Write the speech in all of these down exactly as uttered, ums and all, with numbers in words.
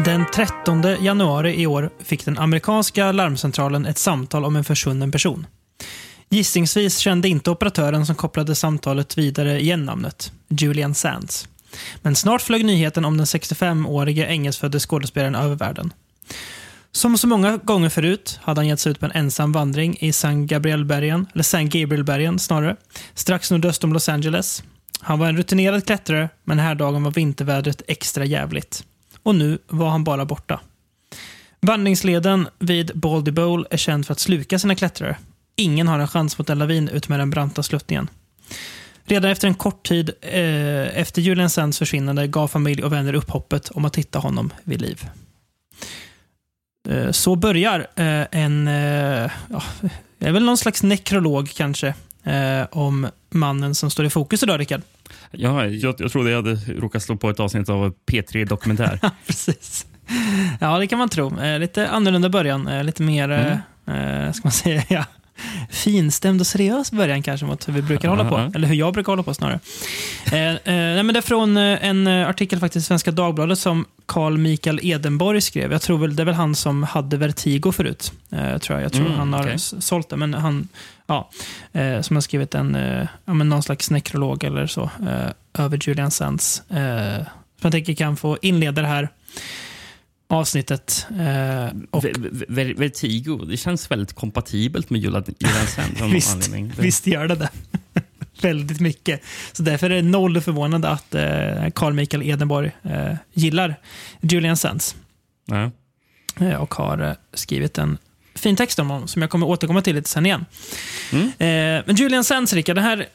Den trettonde januari i år fick den amerikanska larmcentralen ett samtal om en försvunnen person. Gissningsvis kände inte operatören som kopplade samtalet vidare igen namnet, Julian Sands. Men snart flög nyheten om den sextiofemårige engelskfödde skådespelaren över världen. Som så många gånger förut hade han gett sig ut på en ensam vandring i San Gabrielbergen, eller San Gabrielbergen snarare, strax nordöst om Los Angeles. Han var en rutinerad klättrare, men den här dagen var vintervädret extra jävligt. Och nu var han bara borta. Vandringsleden vid Baldy Bowl är känd för att sluka sina klättrare. Ingen har en chans mot en lavin ut med den branta sluttningen. Redan efter en kort tid eh, efter Julian Sands försvinnande gav familj och vänner upp hoppet om att hitta honom vid liv. Eh, så börjar eh, en eh, ja, det är väl någon slags nekrolog kanske eh, om mannen som står i fokus idag, Rickard. Ja, jag, jag trodde jag hade råkat slå på ett avsnitt av P tre Dokumentär. Ja, precis. Ja, det kan man tro. Eh, lite annorlunda början. Eh, lite mer, mm. eh, ska man säga, ja, finstämd och seriös början kanske mot hur vi brukar hålla på. Eller hur jag brukar hålla på snarare. Eh, eh, nej, men det är från eh, en artikel faktiskt i Svenska Dagbladet som Carl Michael Edenborg skrev. Jag tror väl det är väl han som hade Vertigo förut. Eh, tror jag. jag tror mm, han har okay. sålt det. Men han, ja, eh, som har skrivit en eh, ja, men någon slags nekrolog eller så eh, över Julian Sands. Eh, som jag tänker kan få inleda det här avsnittet. Eh, och Vertigo, det känns väldigt kompatibelt med Julian Sands. visst, visst gör det det. Väldigt mycket. Så därför är det noll förvånande att eh, Carl Michael Edenborg eh, gillar Julian Sands. Ja. Eh, och har eh, skrivit en fin text om honom som jag kommer återkomma till lite sen igen. Mm. Eh, men Julian Sands, Rickard, det här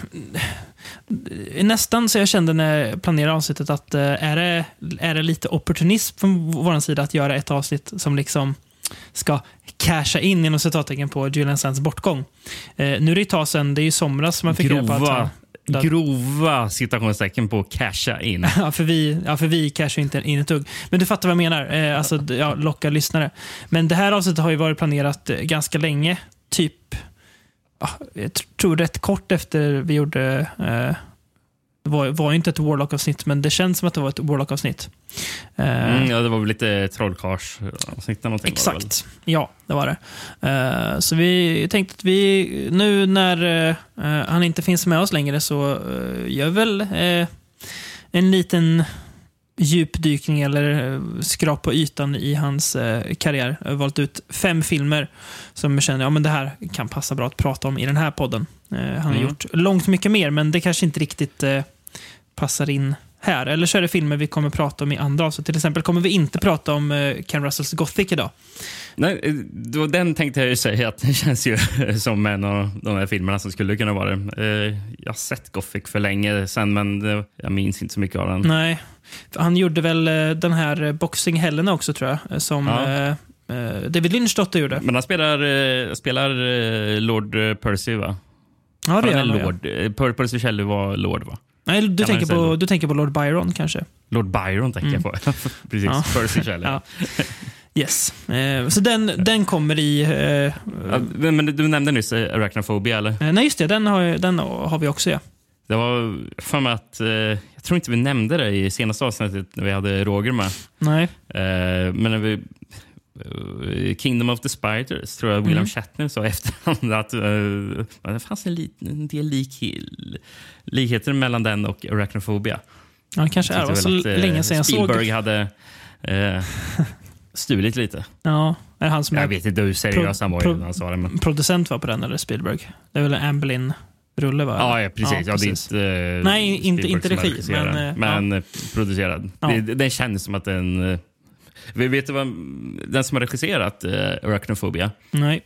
nästan så jag kände när jag planerade avsnittet att eh, är, det, är det lite opportunism från vår sida att göra ett avsnitt som liksom ska casha in inom citattecken på Julian Sands bortgång. Eh, nu är det ett tag sedan, det är ju somras som man fick grova, reda på att han, grova citationstecken på casha in. ja, för vi, ja, för vi cashar inte in ett tugg. Men du fattar vad jag menar. Eh, alltså, ja, locka lyssnare. Men det här avsnittet har ju varit planerat eh, ganska länge. Typ, ja, jag tror rätt kort efter vi gjorde... Eh, det var, var ju inte ett Warlock-avsnitt, men det känns som att det var ett Warlock-avsnitt. Mm, ja, det var väl lite trollkars-avsnitt. Exakt, det ja, det var det. Uh, så vi tänkte att vi, nu när uh, han inte finns med oss längre så uh, gör väl uh, en liten djupdykning eller skrap på ytan i hans uh, karriär. Jag har valt ut fem filmer som jag känner, ja men det här kan passa bra att prata om i den här podden. Uh, han har mm. gjort långt mycket mer, men det kanske inte riktigt uh, passar in här. Eller så är det filmer vi kommer prata om i andra. Så till exempel kommer vi inte prata om uh, Ken Russells Gothic idag. Nej, då, den tänkte jag ju säga att det känns ju som en av de här filmerna som skulle kunna vara det. Uh, jag har sett Gothic för länge sedan, men uh, jag minns inte så mycket av den. Nej, han gjorde väl uh, den här Boxing Helena också, tror jag, som ja. uh, uh, David Lynch dotter gjorde. Men han spelar, uh, spelar uh, Lord Percy, va? Ja, det är Lord. Ja. Percy Shelley var Lord, va? Nej, du tänker, på, du tänker på Lord Byron kanske. Lord Byron tänker mm. jag på. Precis, ja. Percy Shelley. Ja. Yes. Eh, så den, den kommer i... Eh, ja, men du nämnde nyss Arachnophobia, eller? Eh, nej, just det. Den har, den har vi också, ja. Det var för mig att... Eh, jag tror inte vi nämnde det i senaste avsnittet när vi hade Roger med. Nej. Eh, men när vi... Kingdom of the Spiders tror jag William mm. Shatner sa efterhand att uh, det fanns en, liten, en del lik, likheter mellan den och Arachnophobia. Ja, det kanske är. Det var så att, länge sedan jag såg. Spielberg hade uh, stulit lite. Ja, är han som jag är vet inte hur seriös han var pro- innan han sa det. Men... Producent var på den, eller Spielberg? Det är väl en Amblin-rulle, va? Ja, ja, precis. Ja, ja, precis. Det är inte, uh, Nej, inte, inte regi. Men, men ja. producerad. Ja. Det, den känns som att den... Uh, Vi vet vad den som har regisserat uh, Arachnophobia. Nej.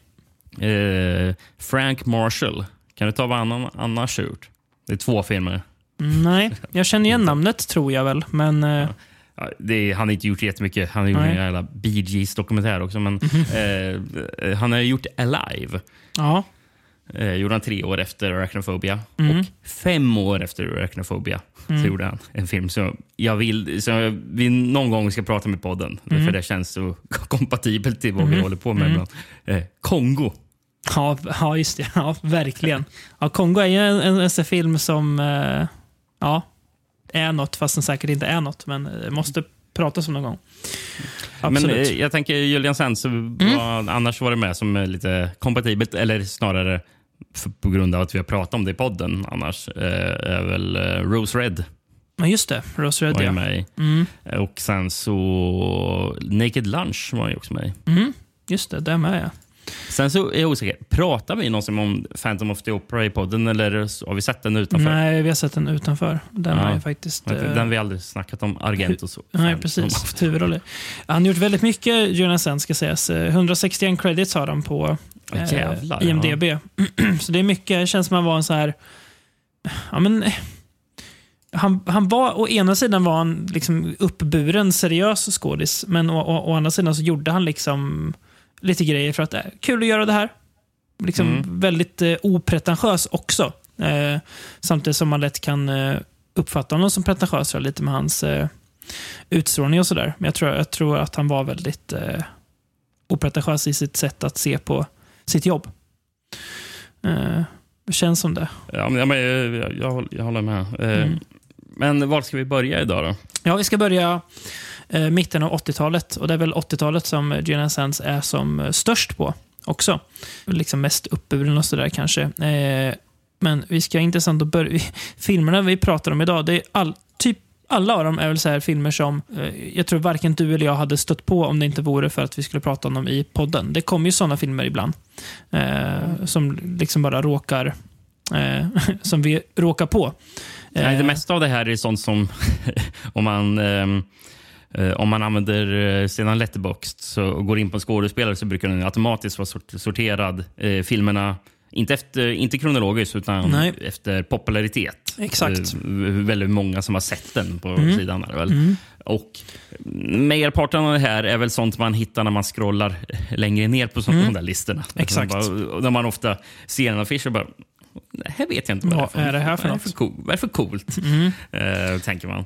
Uh, Frank Marshall. Kan du ta vad han annars gjort? Det är två filmer. Nej, jag känner igen namnet tror jag väl, men uh... ja, det är, han har inte gjort jättemycket. Han har gjort Nej. en jävla Bee Gees dokumentär också, men mm-hmm. uh, han har gjort Alive. Ja. Uh, gjorde han tre år efter Arachnophobia mm. och fem år efter Arachnophobia mm. så gjorde han en film som jag vill som vi någon gång ska prata med podden mm. för det känns så kompatibelt till vad mm. vi håller på med mm. eh, Kongo. Ja, ja, just det. Ja, verkligen. Ja, Kongo är ju en, en, en film som eh, ja, är något, fast den säkert inte är något, men måste pratas om någon gång. Absolut. Men eh, jag tänker Julian Sands mm. var, annars var det med som lite kompatibelt, eller snarare för, på grund av att vi har pratat om det i podden annars, eh, är väl eh, Rose Red. Ja, just det. Rose Red, var ja. Med mm. Och sen så Naked Lunch var ju också med. Mm. Just det, det med ja. Sen så är jag osäker. Pratar vi någonsin om Phantom of the Opera i podden eller har vi sett den utanför? Nej, vi har sett den utanför. Den ja. är faktiskt... Den har vi aldrig snackat om Argento så. Nej, precis. Huvudroller. Han har gjort väldigt mycket, Julian Sands ska sägas. hundrasextioen credits har han på eh, Jävlar, I M D B. Ja. Så det är mycket, det känns som att han var en så här... Ja, men... Han, han var, å ena sidan var han liksom uppburen, seriös skådis, men å, å, å andra sidan så gjorde han liksom lite grejer för att det är kul att göra det här. Liksom mm. väldigt eh, opretentiös också. Eh, samtidigt som man lätt kan eh, uppfatta honom som pretentiös lite med hans eh, utstrålning och sådär. Men jag tror, jag tror att han var väldigt eh, opretentiös i sitt sätt att se på sitt jobb. Eh, det känns som det. Ja, men, jag, jag, jag, jag håller med. Eh, mm. Men var ska vi börja idag då? Ja, vi ska börja eh, mitten av åttiotalet. Och det är väl åttiotalet som Julian Sands är som eh, störst på också. Liksom mest uppburen och sådär kanske. Eh, men vi ska intressant att börja. Filmerna vi pratar om idag, det är all, typ alla av dem är väl så här filmer som eh, jag tror varken du eller jag hade stött på om det inte vore för att vi skulle prata om dem i podden. Det kommer ju sådana filmer ibland. Eh, som liksom bara råkar eh, som vi råkar på. Nej, det mesta av det här är sånt som om man eh, om man använder sedan Letterboxd så och går in på en skådespelare så brukar den automatiskt vara sort, sorterad eh, filmerna inte efter inte kronologiskt utan Nej. efter popularitet. Exakt. Eh, väldigt många som har sett den på mm. sidan där väl. Mm. Och merparten av det här är väl sånt man hittar när man scrollar längre ner på sådana mm. där listorna. Exakt. Bara, när man ofta ser en affisch och bara det här vet jag inte vad, vad är det här för något. Cool, vad är det för coolt? Mm. Uh, tänker man.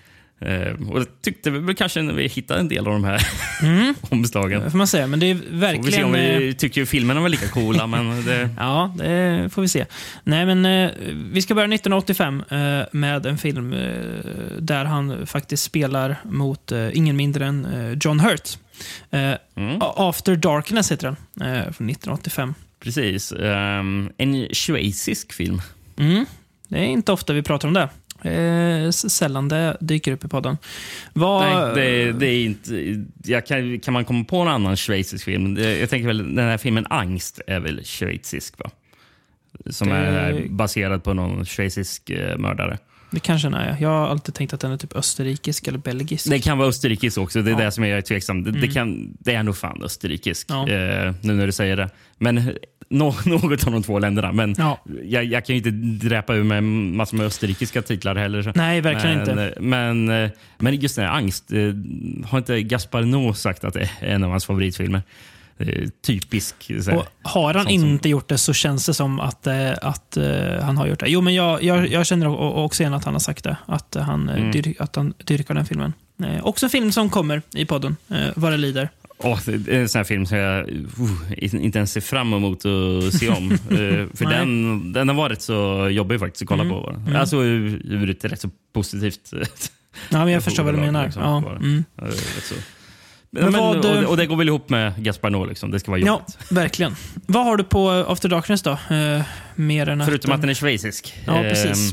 Uh, och jag tyckte vi kanske när vi hittade en del av de här mm. omslagen. Får man säga, men det är verkligen... Får vi se om vi tycker filmerna var lika coola. Men det... Ja, det får vi se. Nej, men uh, vi ska börja nittonhundraåttiofem uh, med en film uh, där han faktiskt spelar mot uh, ingen mindre än uh, John Hurt. Uh, mm. After Darkness heter den, uh, från nittonhundraåttiofem. Precis. Um, en schweizisk film. Mm. Det är inte ofta vi pratar om det. Eh, sällan det dyker upp i podden. Var... Nej, det, det är inte... Jag kan, kan man komma på en annan schweizisk film? Jag tänker väl, den här filmen Angst är väl schweizisk, va? Som det... är baserad på någon schweizisk eh, mördare. Det kanske är, ja. Jag har alltid tänkt att den är typ österrikisk eller belgisk. Det kan vara österrikisk också. Det är ja. det som jag är tveksam. Det, mm. det, kan, det är nog fan österrikisk. Ja. Eh, nu när du säger det. Men no, något av de två länderna. Men ja. jag, jag kan ju inte dräpa ur med massor med österrikiska titlar heller. Nej, verkligen men, inte. Men, men just den här Angst. Eh, har inte Gaspar Noé sagt att det är en av hans favoritfilmer? Typisk. Så här, och har han inte som... gjort det så känns det som att, äh, att äh, han har gjort det. Jo, men jag, jag, jag känner också igen att han har sagt det. Att han, mm. dyr, att han dyrkar den filmen. Eh, också en film som kommer i podden. Eh, vad det lider. Oh, det är en sån här film som jag uh, inte ens ser fram emot att se om. uh, för den, den har varit så jobbig faktiskt att kolla mm. på. Mm. Alltså ur, ur ett rätt så positivt... ja, men jag förstår vad du menar. Liksom, ja. Mm. Uh, så. Men, men, vad, och, och det går väl ihop med Gaspar Noé liksom. Det ska vara jobbigt. Ja, verkligen. Vad har du på After Darkness då? Eh, mer än Förutom att, att den är schweizisk. Ja, precis. Eh,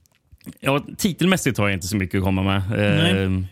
ja, titelmässigt har jag inte så mycket att komma med. Eh,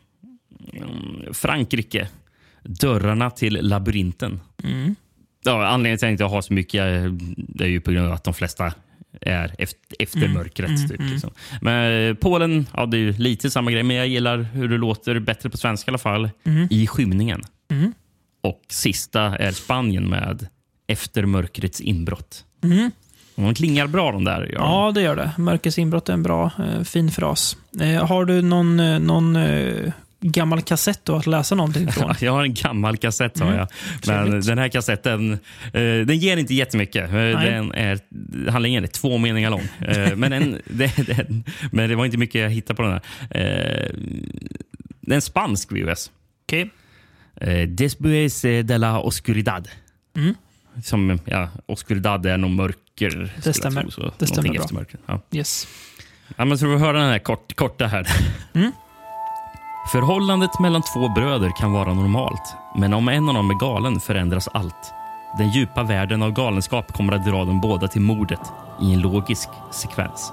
Frankrike. Dörrarna till labyrinten. Mm. Ja, anledningen till att jag inte har så mycket det är ju på grund av att de flesta är efter, efter mm. mörkret. Mm, typ, mm. liksom. Men Polen, ja, det är ju lite samma grej. Men jag gillar hur det låter bättre på svenska i alla fall. Mm. I skymningen. Mm. Och sista är Spanien med Efter mörkrets inbrott. Mm. De klingar bra de där. Ja, ja det gör det. Mörkrets inbrott är en bra, eh, fin fras. Eh, har du någon, eh, någon eh, gammal kassett då att läsa någonting från? Jag har en gammal kassett, har jag. Mm. Men den här kassetten, eh, den ger inte jättemycket. Den är, handlingen är två meningar lång. eh, men, en, det, den, men det var inte mycket jag hittade på den här. Eh, det är en spansk V H S. Okej. Okay. Eh, Después de la oscuridad. Mm. Som, ja, oscuridad är nog mörker. Det stämmer. Tro, så det stämmer bra. Efter mörker. Ja. Yes. Ja, men så vi höra den här kort, korta här. Mm. Förhållandet mellan två bröder kan vara normalt, men om en av dem är galen förändras allt. Den djupa världen av galenskap kommer att dra dem båda till mordet i en logisk sekvens.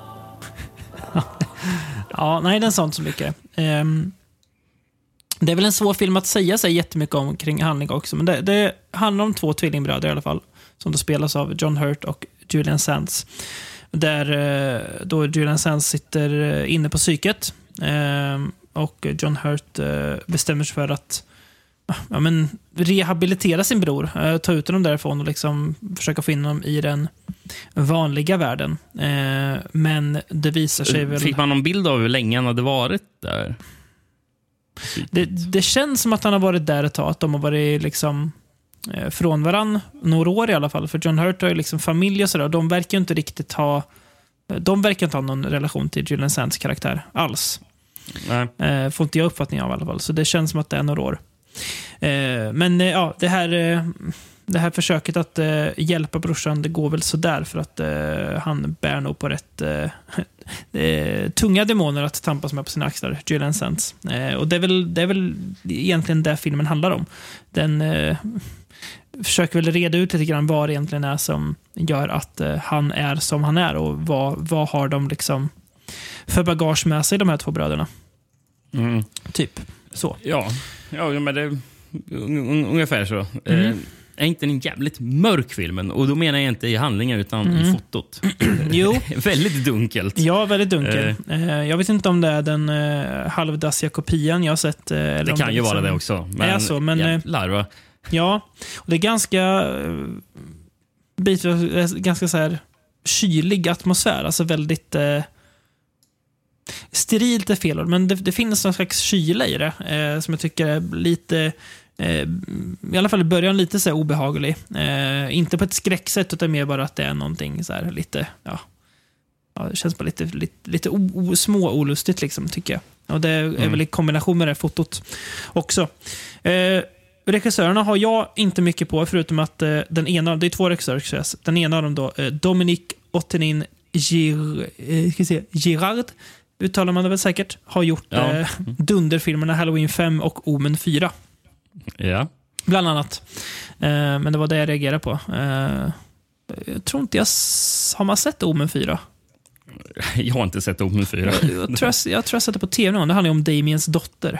Ja, nej, den sa inte så mycket. Um, det är väl en svår film att säga sig jättemycket om kring handling också, men det, det handlar om två tvillingbröder i alla fall, som då spelas av John Hurt och Julian Sands. Där då Julian Sands sitter inne på psyket um, och John Hurt uh, bestämmer sig för att ja, men, rehabilitera sin bror, uh, ta ut honom därifrån och liksom försöka få in honom i den vanliga världen. Uh, men det visar sig väl... Fick man någon bild av hur länge han hade varit där? Det, det känns som att han har varit där ett tag, att de har varit liksom uh, från varann några år i alla fall, för John Hurt har ju liksom familj och sådär, och de verkar inte riktigt ha de verkar inte ha någon relation till Julian Sands karaktär alls. Nej. Uh, får inte jag uppfattning av i alla fall, så det känns som att det är några år. Uh, men uh, ja, det här uh, det här försöket att uh, hjälpa brorsan, det går väl så där för att uh, han bär nog på rätt uh, uh, tunga demoner att tampas med på sina axlar, Julian Sands. Uh, och det är, väl, det är väl egentligen det filmen handlar om. Den uh, försöker väl reda ut lite grann vad det egentligen är som gör att uh, han är som han är, och vad, vad har de liksom för bagage med sig, de här två bröderna. Mm. Typ så. Ja, ja men det är ungefär så. Mm. Eh, är inte en jävligt mörk film, och då menar jag inte i handlingen utan Mm. i fotot. Jo. Väldigt dunkelt. Ja, väldigt dunkel. Eh. Jag vet inte om det är den eh, halvdassiga kopian jag har sett. Eh, eller det om kan det ju liksom vara det också. Men, är så, men, jävlar, va? Ja, och det är ganska eh, bitvis, ganska så här kylig atmosfär. Alltså väldigt eh, sterilt är fel ord, men det, det finns någon slags kyla i det eh, som jag tycker är lite eh, i alla fall i början lite så här obehaglig. Eh, inte på ett skräcksätt, utan mer bara att det är någonting så här lite, ja, ja det känns bara lite, lite, lite o, o, små olustigt liksom, tycker jag. Och det är mm. väl i kombination med det fotot också. Eh, regissörerna har jag inte mycket på, förutom att eh, den ena, det är två regissörer, den ena av dem då, eh, Dominique Ottenin Gir, eh, ska se, Girard, uttalar man det väl säkert, har gjort ja. eh, dunderfilmerna Halloween fem och Omen fyra. Ja. Bland annat. Eh, men det var det jag reagerade på. Eh, jag tror inte jag... S- har man sett Omen fyra? Jag har inte sett Omen fyra. Jag, jag, tror jag, jag tror jag sett det på tv någon. Det handlar ju om Damiens dotter.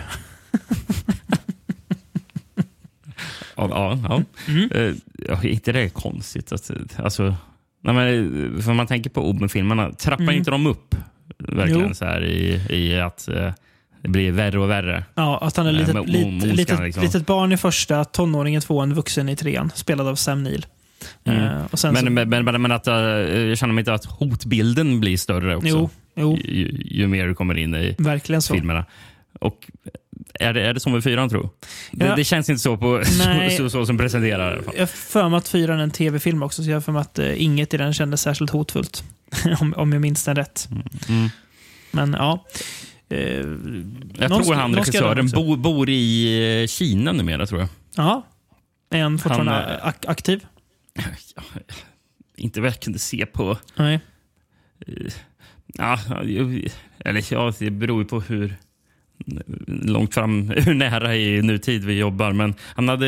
ja, ja. ja. Mm. Uh, ja, inte det är konstigt. Att, alltså, nej, men, för man tänker på Omen-filmerna, trappar mm. inte de upp verkligen jo. så här i, i att uh, det blir värre och värre? Ja, att han är litet, uh, lit, monskan, litet, liksom. litet barn i första, tonåringen tvåan, vuxen i trean, spelad av Sam Neill. Mm. Uh, och sen men, så, men, men, men att uh, jag känner mig inte att hotbilden blir större också. Jo, jo. Ju, ju mer du kommer in i verkligen så. Filmerna. Och är det, är det som med fyran, tror det, ja. det känns inte så på så, så, så som presenterar i alla fall. Jag för mig att fyran är en tv-film också, så jag för mig att uh, inget i den kändes särskilt hotfullt. om, om jag minns den rätt. Mm. Mm. Men ja. Uh, jag tror han regissören bo, bor i Kina numera, tror jag. Ja. Är han fortfarande han, ak- aktiv? Ja, inte vad jag kunde se på. Nej. Uh, ja, eller ja, det beror ju på hur långt fram, hur nära i nutid vi jobbar, men han hade,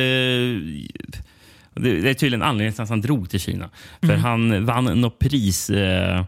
det är tydligen anledningen till att han drog till Kina, för mm. han vann något pris eh,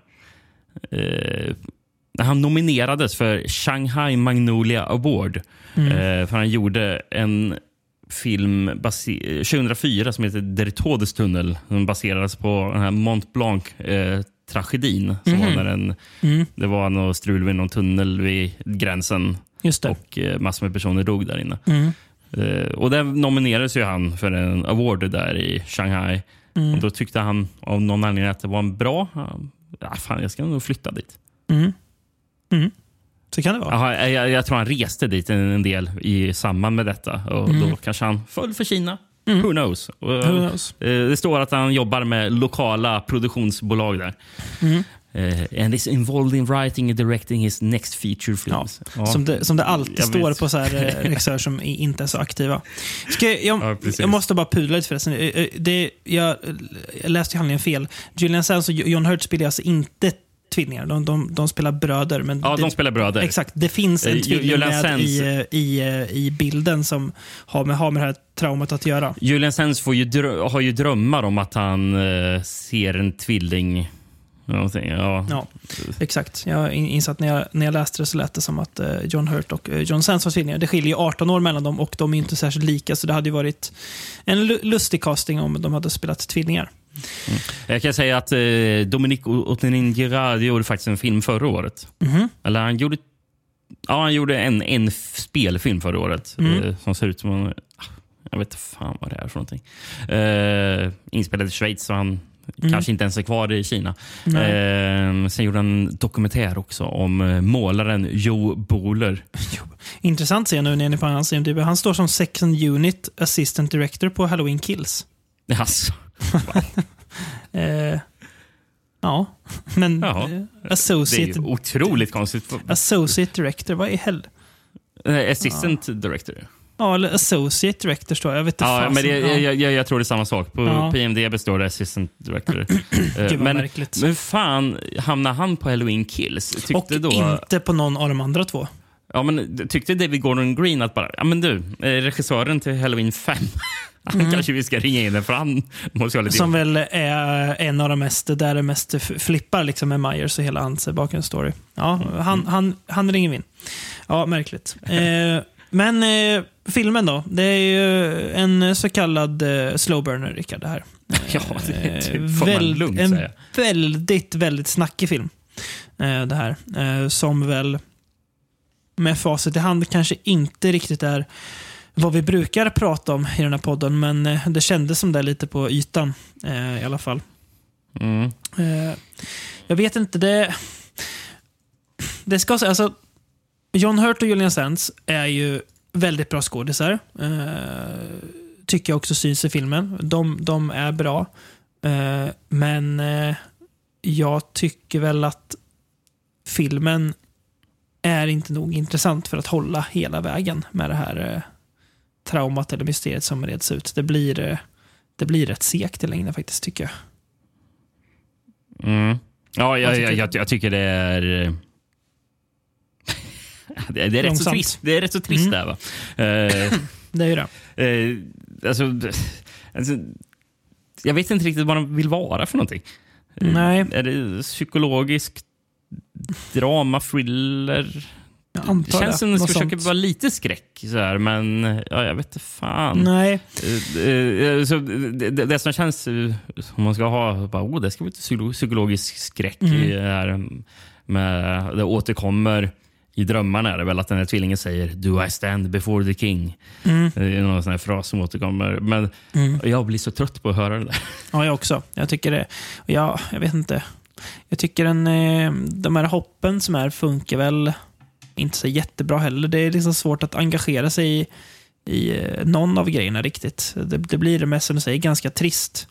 eh, han nominerades för Shanghai Magnolia Award mm. eh, för han gjorde en film base- tjugohundrafyra som heter Der Todestunnel, som baserades på den här Mont Blanc eh, tragedin som mm. var när en, mm. det var något strul vid någon tunnel vid gränsen. Just det. Och eh, massor med personer dog där inne. Mm. Eh, och där nominerades ju han för en award där i Shanghai. Mm. Och då tyckte han av någon anledning att det var en bra... Ja, fan, jag ska nog flytta dit. Mm. Mm. Så kan det vara. Aha, jag, jag tror han reste dit en, en del i samband med detta. Och mm. då kanske han föll för Kina. Mm. Who knows? Och, Who knows? Eh, det står att han jobbar med lokala produktionsbolag där. Mm. Uh, and is involved in writing and directing his next feature films. Ja, ja. Som, det, som det alltid jag står vet. På så här regissörer som inte är så aktiva. Ska jag, jag, ja, jag måste bara pudla lite förresten. Det, jag, jag läste ju handlingen fel. Julian Sands och John Hurt spelar alltså inte tvillingar. De, de, de spelar bröder. Men ja, det, de spelar bröder. Exakt. Det finns en tvilling Julian med Sands. i, i, i bilden som har med, har med det här traumat att göra. Julian Sands får ju drö- har ju drömmar om att han eh, ser en tvilling. Ja. ja, exakt. Jag insatt när jag, när jag läste det så lät det som att eh, John Hurt och eh, John Sands var tvillingar. Det skiljer ju arton år mellan dem och de är inte särskilt lika, så det hade ju varit en lustig casting om de hade spelat tvillingar. Mm. Jag kan säga att eh, Dominique Otenin-Girard gjorde faktiskt en film förra året. Mm-hmm. Eller han gjorde ja, han gjorde en, en spelfilm förra året mm. eh, som ser ut som en, jag vet inte fan vad det är för någonting. Eh, inspelad i Schweiz, så han mm. kanske inte ens är kvar i Kina. Eh, sen gjorde han en dokumentär också om eh, målaren Joe Bohler. Intressant att se nu när ni är på hans I M D B. Han står som second unit assistant director på Halloween Kills. Alltså. eh, ja, men eh, associate... Det är ju otroligt konstigt. Associate director, vad är hell? Eh, assistant ja. director. Ja, eller associate director står jag. vet inte ja, fasen. men det, jag, jag, jag tror det är samma sak. På ja. P M D B står det assistant director. Gud, men, märkligt. men fan, hamnar han på Halloween Kills? Tyckte och då, inte på någon av de andra två. Ja, men tyckte David Gordon Green att bara, ja men du, regissören till Halloween fem, han mm. kanske vi ska ringa in den, för han måste ha lite... Som väl är en av de mest, där det mest flippar liksom med Myers och hela hans bakgrundsstory. Ja, mm. han, han, han ringer vi in. Ja, märkligt. eh, men eh, filmen då, det är ju en så kallad eh, slow burner, Rickard, det här. Ja, det typ, får väl, man lugnt en säga. väldigt, väldigt snackig film. Eh, det här. Eh, som väl med facit i hand kanske inte riktigt är vad vi brukar prata om i den här podden, men eh, det kändes som det lite på ytan eh, i alla fall. Mm. Eh, jag vet inte, det det ska säga, alltså John Hurt och Julian Sands är ju väldigt bra skådisar. Eh, tycker jag också syns i filmen. De, de är bra. Eh, men eh, jag tycker väl att filmen är inte nog intressant för att hålla hela vägen med det här eh, traumat eller mysteriet som reds ut. Det blir, eh, det blir rätt segt i längden faktiskt, tycker jag. Mm. Ja, jag, jag, jag, jag tycker det är... det, är det, är rätt så trist, det är rätt så trist mm. där, va? Uh, det är ju det. Uh, alltså, alltså, jag vet inte riktigt vad de vill vara för någonting. Nej. Är det psykologiskt drama, thriller? Jag antar det känns som att de ska försöka sånt. vara lite skräck så här, men ja, jag vet inte fan. Nej. Så det, det, det som känns som man ska ha, bara, oh, det ska vara lite psykologisk skräck mm. i det här med, det återkommer i drömmarna, är det väl att den här tvillingen säger "Do I stand before the king?" Mm. Det är någon sån här fras som återkommer, men mm. jag blir så trött på att höra det där. Ja, jag också. Jag tycker det. Ja, jag vet inte. Jag tycker den, de här hoppen som är funkar väl inte så jättebra heller. Det är liksom svårt att engagera sig i, i någon av grejerna riktigt. Det, det blir det mest, som du säger, ganska trist.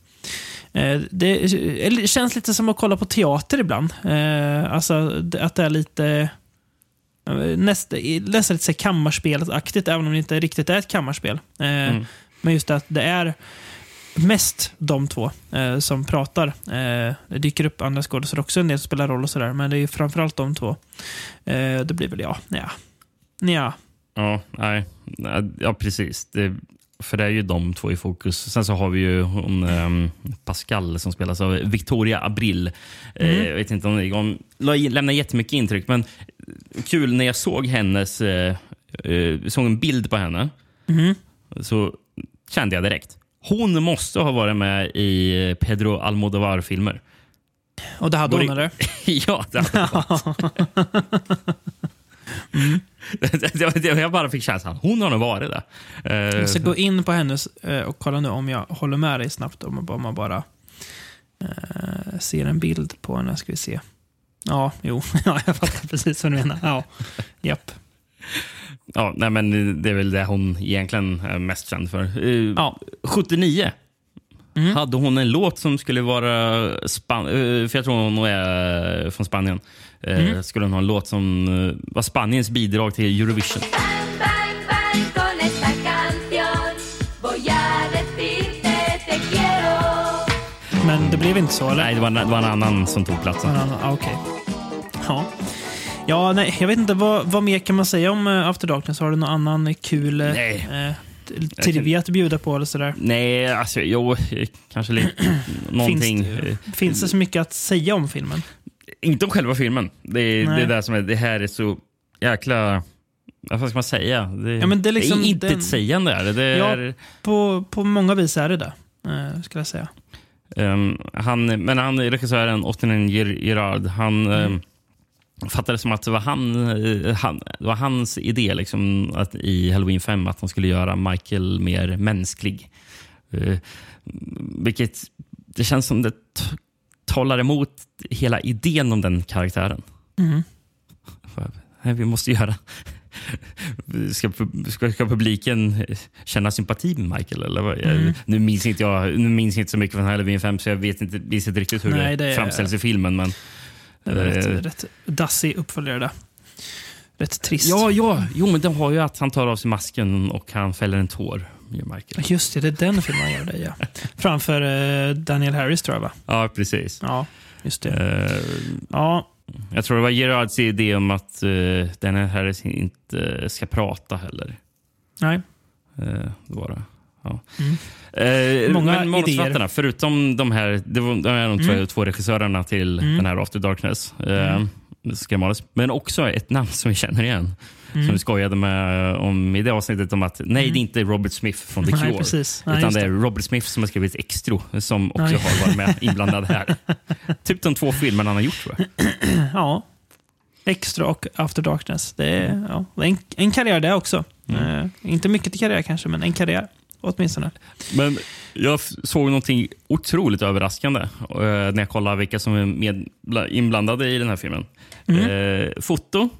Det känns lite som att kolla på teater ibland. Alltså att det är lite nästan nästa lite kammarspelet-aktigt, även om det inte riktigt är ett kammarspel. Mm. Men just att det är mest de två eh, som pratar. Eh, det dyker upp andra skådespelare också, en del spelar roll och sådär, men det är ju framförallt de två. Eh, det blir väl ja, ja. Ja. Ja, nej. Ja, precis. Det, för det är ju de två i fokus. Sen så har vi ju hon, um, Pascal som spelas av Victoria Abril. Mm. Eh, jag vet inte om det om, lämnar jättemycket intryck, men kul när jag såg hennes eh, eh, såg en bild på henne. Mm. Så kände jag direkt. Hon måste ha varit med i Pedro Almodovar-filmer. Och det hade hon, eller? Ja, det hade hon. mm. Jag bara fick känslan. Hon har nog varit där. Jag ska gå in på hennes och kolla nu om jag håller med dig snabbt. Om man bara uh, ser en bild på henne. Ska vi se. Ja, jo. Ja, jag fattar precis vad du menar. Ja, japp. Ja, nej, men det är väl det hon egentligen är mest känd för. Uh, ja. sjuttionio mm. hade hon en låt som skulle vara Span- uh, för jag tror hon är från Spanien. Uh, mm. Skulle hon ha en låt som uh, var Spaniens bidrag till Eurovision. Men det blev inte så, eller? Nej, det var, det var en annan som tog platsen. Ah, okej. Okay. Ja. Ja, nej, jag vet inte. Vad, vad mer kan man säga om uh, After Darkness? Har du någon annan kul uh, uh, trivia att bjuda på eller sådär? Nej, alltså, jo, kanske lite någonting. Finns, finns det så mycket att säga om filmen? Inte om själva filmen. Det är det, är det som är, det här är så jäkla... Vad ska man säga? Det, ja, men det är, liksom det är inte den, ett sägande. Är det. Det är, ja, på, på många vis är det det, uh, skulle jag säga. Um, han, men han, regissören Ottinen Gerard, han... Mm. Um, fattade som att det var, han, han, det var hans idé liksom, att i Halloween fem att han skulle göra Michael mer mänsklig. Uh, vilket det känns som det t- talar emot hela idén om den karaktären. Mm. Nej, vi måste göra... Ska, ska, ska publiken känna sympati med Michael? Eller vad? Mm. Nu minns inte jag nu minns inte så mycket från Halloween fem så jag vet inte, vet inte riktigt hur Nej, det, det framställs i filmen. Men det är rätt, äh, rätt dassig uppföljare där. Rätt trist. Ja, ja. Jo, men de har ju att han tar av sig masken och han fäller en tår. Just det, det är den filmen gör det, ja. Framför uh, Daniel Harris, tror jag, va? Ja, precis. Ja, just det. Uh, ja. Jag tror det var Gerards idé om att uh, Daniel Harris inte ska prata heller. Nej. Uh, det var det. Ja. Mm. Uh, Många men idéer. Förutom de här, det var, de är de mm. två, två regissörerna till mm. den här After Darkness. Uh, mm. Skrämmades. Men också ett namn som vi känner igen. Mm. Som vi skojade med om i det avsnittet om att nej, mm. det är inte Robert Smith från The Cure. Nej, precis. Utan nej, det är Robert Smith som har skrivit Extro som också nej. har varit med inblandad här. Typ de två filmerna han har gjort, tror jag. Ja. Extra och After Darkness. Det är, ja, det är en, en karriär där också. Mm. Uh, inte mycket till karriär kanske, men en karriär åtminstone. Men jag såg någonting otroligt överraskande uh, när jag kollade vilka som är med, inblandade i den här filmen. Mm. Uh, foto. Uh,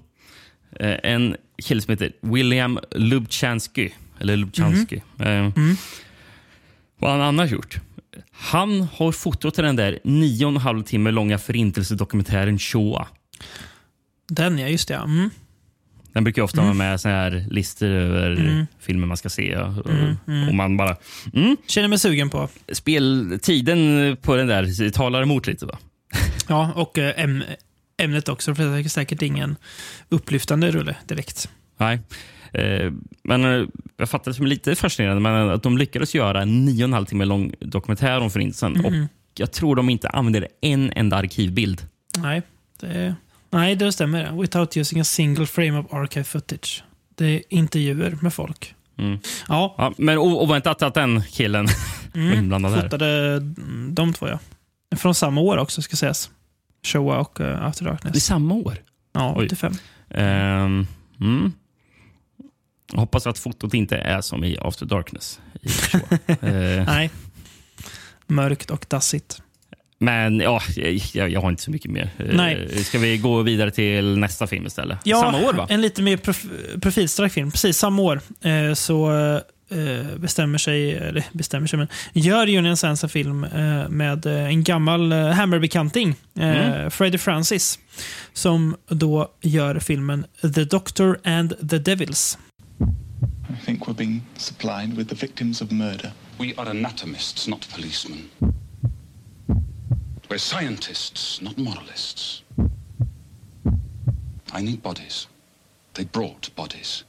en kille som heter William Lubchansky. Eller Lubchansky. Mm. Uh, mm. Vad han annars gjort? Han har fotot till den där nio och en halv timme långa förintelsedokumentären Shoah. Den, ja, just det. Mm. Den brukar ofta mm. vara med så här listor över mm. filmer man ska se. Och, mm. Mm. och man bara... Mm. Känner mig sugen på. Speltiden på den där talar emot lite, va? Ja, och äm, ämnet också. För det är säkert ingen upplyftande rulle direkt. Nej. Eh, men jag fattar det som lite fascinerande, men att de lyckades göra en nio och en halv timme lång dokumentär om förintelsen. Mm. Och jag tror de inte använder en enda arkivbild. Nej, det är... Nej, det stämmer. Without using a single frame of archive footage. Det är intervjuer med folk. Mm. Ja. ja. Men oväntat att den killen mm. var inblandad där. Fotade de två, ja. Från samma år också, ska sägas. Shoah och uh, After Darkness. Det är samma år? Ja, åttiofem. Um, mm. Jag hoppas att fotot inte är som i After Darkness. I uh. Nej. Mörkt och dassigt. Men ja, jag, jag har inte så mycket mer. Nej. Ska vi gå vidare till nästa film istället? Ja, samma år, va? En lite mer prof- profilstark film. Precis, samma år eh, så eh, bestämmer sig, eller bestämmer sig, men gör Julian Sands en film eh, med en gammal eh, Hammer-bekanting, eh, mm. Freddie Francis, som då gör filmen The Doctor and the Devils. I think we're being supplied with the victims of murder. We are anatomists, not policemen. We're scientists, not moralists. I need bodies. They brought bodies.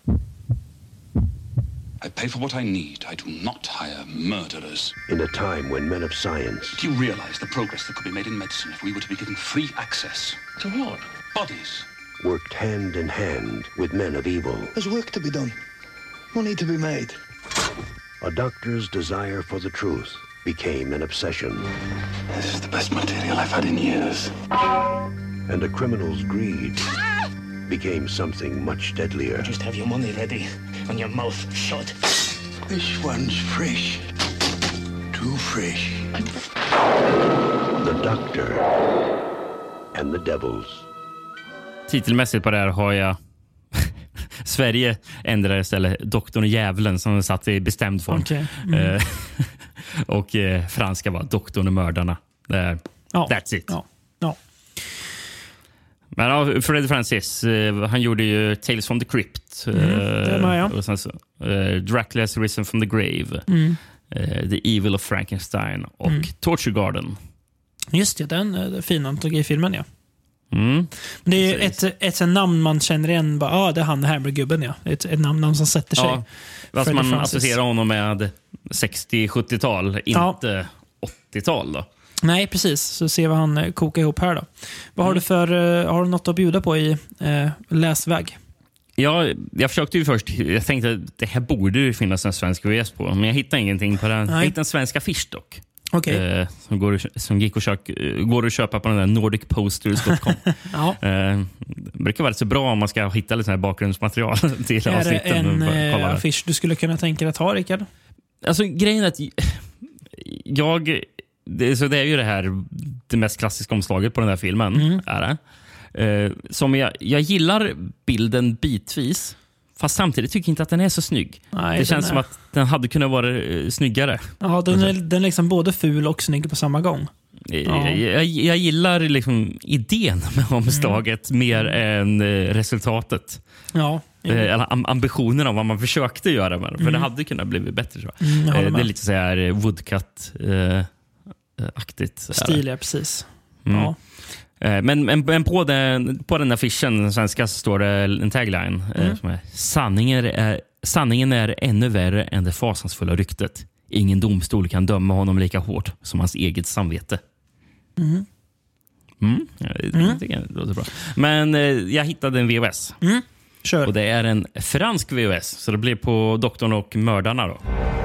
I pay for what I need. I do not hire murderers. In a time when men of science... Do you realize the progress that could be made in medicine if we were to be given free access? To what? Bodies. ...worked hand in hand with men of evil. There's work to be done. Money to be made. A doctor's desire for the truth became an obsession. This is the best material I've had in years. And a criminal's greed became something much deadlier. Just have your money ready and your mouth shut. This one's fresh. Too fresh. The Doctor and the Devils. Titelmässigt på det här har jag Sverige ändrade istället Doktorn och Djävulen som satt i bestämd form. Okay. Mm. och eh, franska var Doktorn och Mördarna. Där. Ja. That's it. Ja. Ja. Men ja, Freddie Francis, eh, han gjorde ju Tales from the Crypt. Mm, det var jag. Och sen så, eh, Dracula's Risen from the Grave. Mm. Eh, the Evil of Frankenstein och mm. Torture Garden. Just det, den, den fina antologifilmen, ja. Mm. Men det är ett, ett, ett namn man känner igen. Ja, ah, det är han, Hamburgergubben, ja. Ett, ett namn, namn som sätter sig. Ja, fast man associerar honom med sextio-sjuttiotal, inte ja. åttiotal då. Nej, precis. Så ser vi han koka ihop här då. Vad har mm. du för, uh, har du något att bjuda på i uh, läsväg? Ja, jag försökte ju först, jag tänkte att det här borde ju finnas en svensk V S på, men jag hittade ingenting på den. Nej. Jag hittade en svensk affisch dock. Okay. Eh, som, går, som gick och kök, går att köpa på den där nordic posters dot com. Ja. eh, det brukar vara så bra om man ska hitta lite sån här bakgrundsmaterial till är avsnitten. Är det en eh, affisch du skulle kunna tänka dig att ha, Rickard? Alltså grejen är att jag... Det, så det är ju det här det mest klassiska omslaget på den här filmen. Mm. Är det. Eh, som jag, jag gillar bilden bitvis, fast samtidigt tycker jag inte att den är så snygg. Nej, det känns är... som att den hade kunnat vara uh, snyggare. Ja, den är, den är liksom både ful och snygg på samma gång. Ja. Jag, jag, jag gillar liksom idén med omslaget mm. mer än uh, resultatet. Ja. Eller uh, ambitionen av vad man försökte göra med det. För mm. det hade kunnat bli bättre, tror jag. Mm, jag uh, det är lite så här woodcut uh, aktigt. Stiliga, precis. Mm. Ja. Men, men, men på, den, på den affischen, den svenska, så står det en tagline mm. som är, sanningen är sanningen är ännu värre än det fasansfulla ryktet. Ingen domstol kan döma honom lika hårt som hans eget samvete. Mm. Mm. Jag, mm. jag tycker det låter bra. Men eh, jag hittade en V H S. Mm. Kör. Och det är en fransk V H S, så det blir på Doktorn och mördarna då.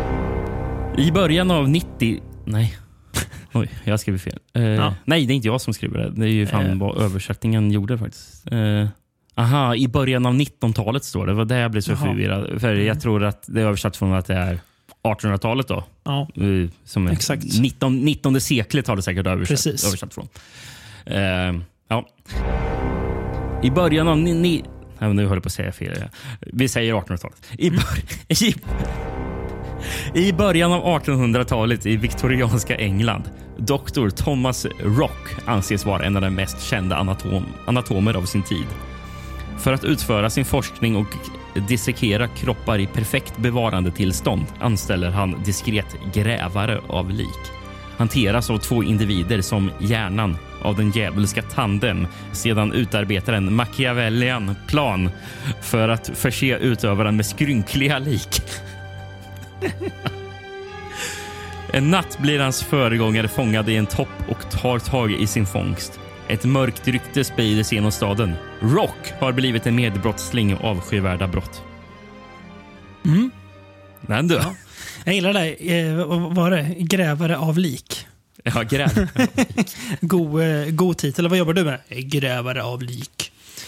I början av nittio... Nej... Oj, jag skriver fel. Uh, ja. Nej, det är inte jag som skriver det. Det är ju fan uh. vad översättningen gjorde faktiskt. Uh, aha, i början av nittonhundratalet står det. Det var där jag blev så Jaha. förvirrad. För mm. jag tror att det är översatt från att det är artonhundratalet då. Ja, uh, som exakt. nitton, nittonde seklet har det säkert översatt, Precis. översatt från. Uh, ja. I början av... Ni, ni, nej, nu håller jag på att säga fel. Vi säger artonhundratalet. I början... I, I början av artonhundratalet i viktorianska England, doktor Thomas Rock anses vara en av de mest kända anatom, anatomer av sin tid. För att utföra sin forskning och dissekera kroppar i perfekt bevarande tillstånd anställer han diskret grävare av lik. Hanteras av två individer som hjärnan av den djävulska tanden, sedan utarbetar en Machiavellian plan för att förse utövaren med skrynkliga lik. En natt blir hans föregångare fångad i en topp och tar tag i sin fångst. Ett mörkt rykte sprider sig genom staden. Rock har blivit en medbrottsling och avskyvärda brott. Mm. Men du. Ja. Jag gillar det. Eh, vad var det? Grävare av lik. Ja, grävare av lik. god, eh, god titel. Vad jobbar du med? Grävare av lik.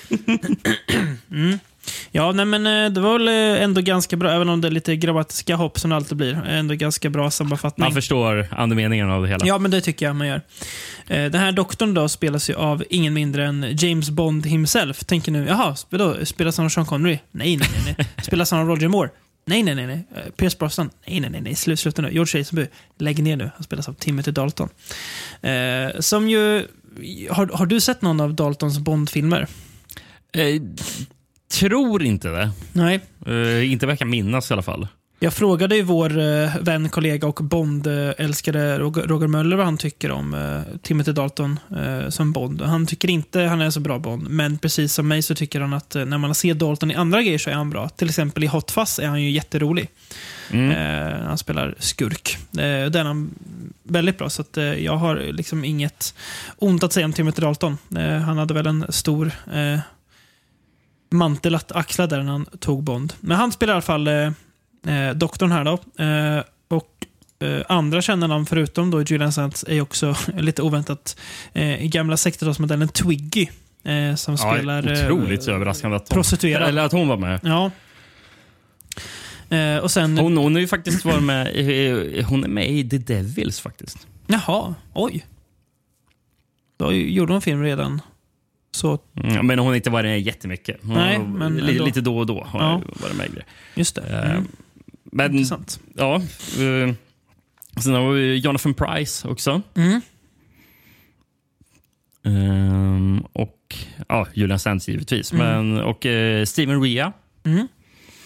mm. Ja, nej, men det var väl ändå ganska bra, även om det är lite grammatiska hopp som det alltid blir. Ändå ganska bra sammanfattning. Man förstår andemeningen av det hela. Ja, men det tycker jag man gör. Den här doktorn då spelas ju av ingen mindre än James Bond himself. Tänker nu, jaha, då spelas han av Sean Connery? Nej, nej, nej. nej. Spelas han av Roger Moore? Nej, nej, nej. nej. Pierce Brosnan? Nej, nej, nej. nej. Slut, sluta nu. George Lazenby? Lägg ner nu. Han spelas av Timothy Dalton. Eh, som ju... Har, har du sett någon av Daltons Bond-filmer? Eh... Tror inte det. Nej. Uh, inte verkar minnas i alla fall. Jag frågade ju vår uh, vän, kollega och Bond-älskare Roger, Roger Möller vad han tycker om uh, Timothy Dalton uh, som Bond. Han tycker inte han är så bra Bond, men precis som mig så tycker han att uh, när man ser Dalton i andra grejer så är han bra. Till exempel i Hot Fuzz är han ju jätterolig. Mm. Uh, han spelar skurk. Uh, där är han väldigt bra, så att, uh, jag har liksom inget ont att säga om Timothy Dalton. Uh, han hade väl en stor... Uh, mantel att axla där när han tog Bond. Men han spelar i alla fall eh, doktorn här då. Eh, och eh, andra känner namn förutom då Julian Sands är också lite oväntat eh, gamla sextiotalsmodellen Twiggy eh, som ja, spelar otroligt eh, överraskande att hon, prostituerad. Eller att hon var med. Ja. Eh, och sen, hon, hon är ju faktiskt varit med hon är med i The Devils faktiskt. Jaha, oj. Då gjorde hon film redan. Så... Mm, men hon har inte varit med jättemycket. Hon Nej, men li, lite då och då har ja. varit med. Just det. Mm. Uh, men, Intressant. Ja. Uh, sen har vi Jonathan Pryce också. Mm. Uh, och ja, Julian Sands givetvis. Mm. Men, och uh, Steven Rea. Mm.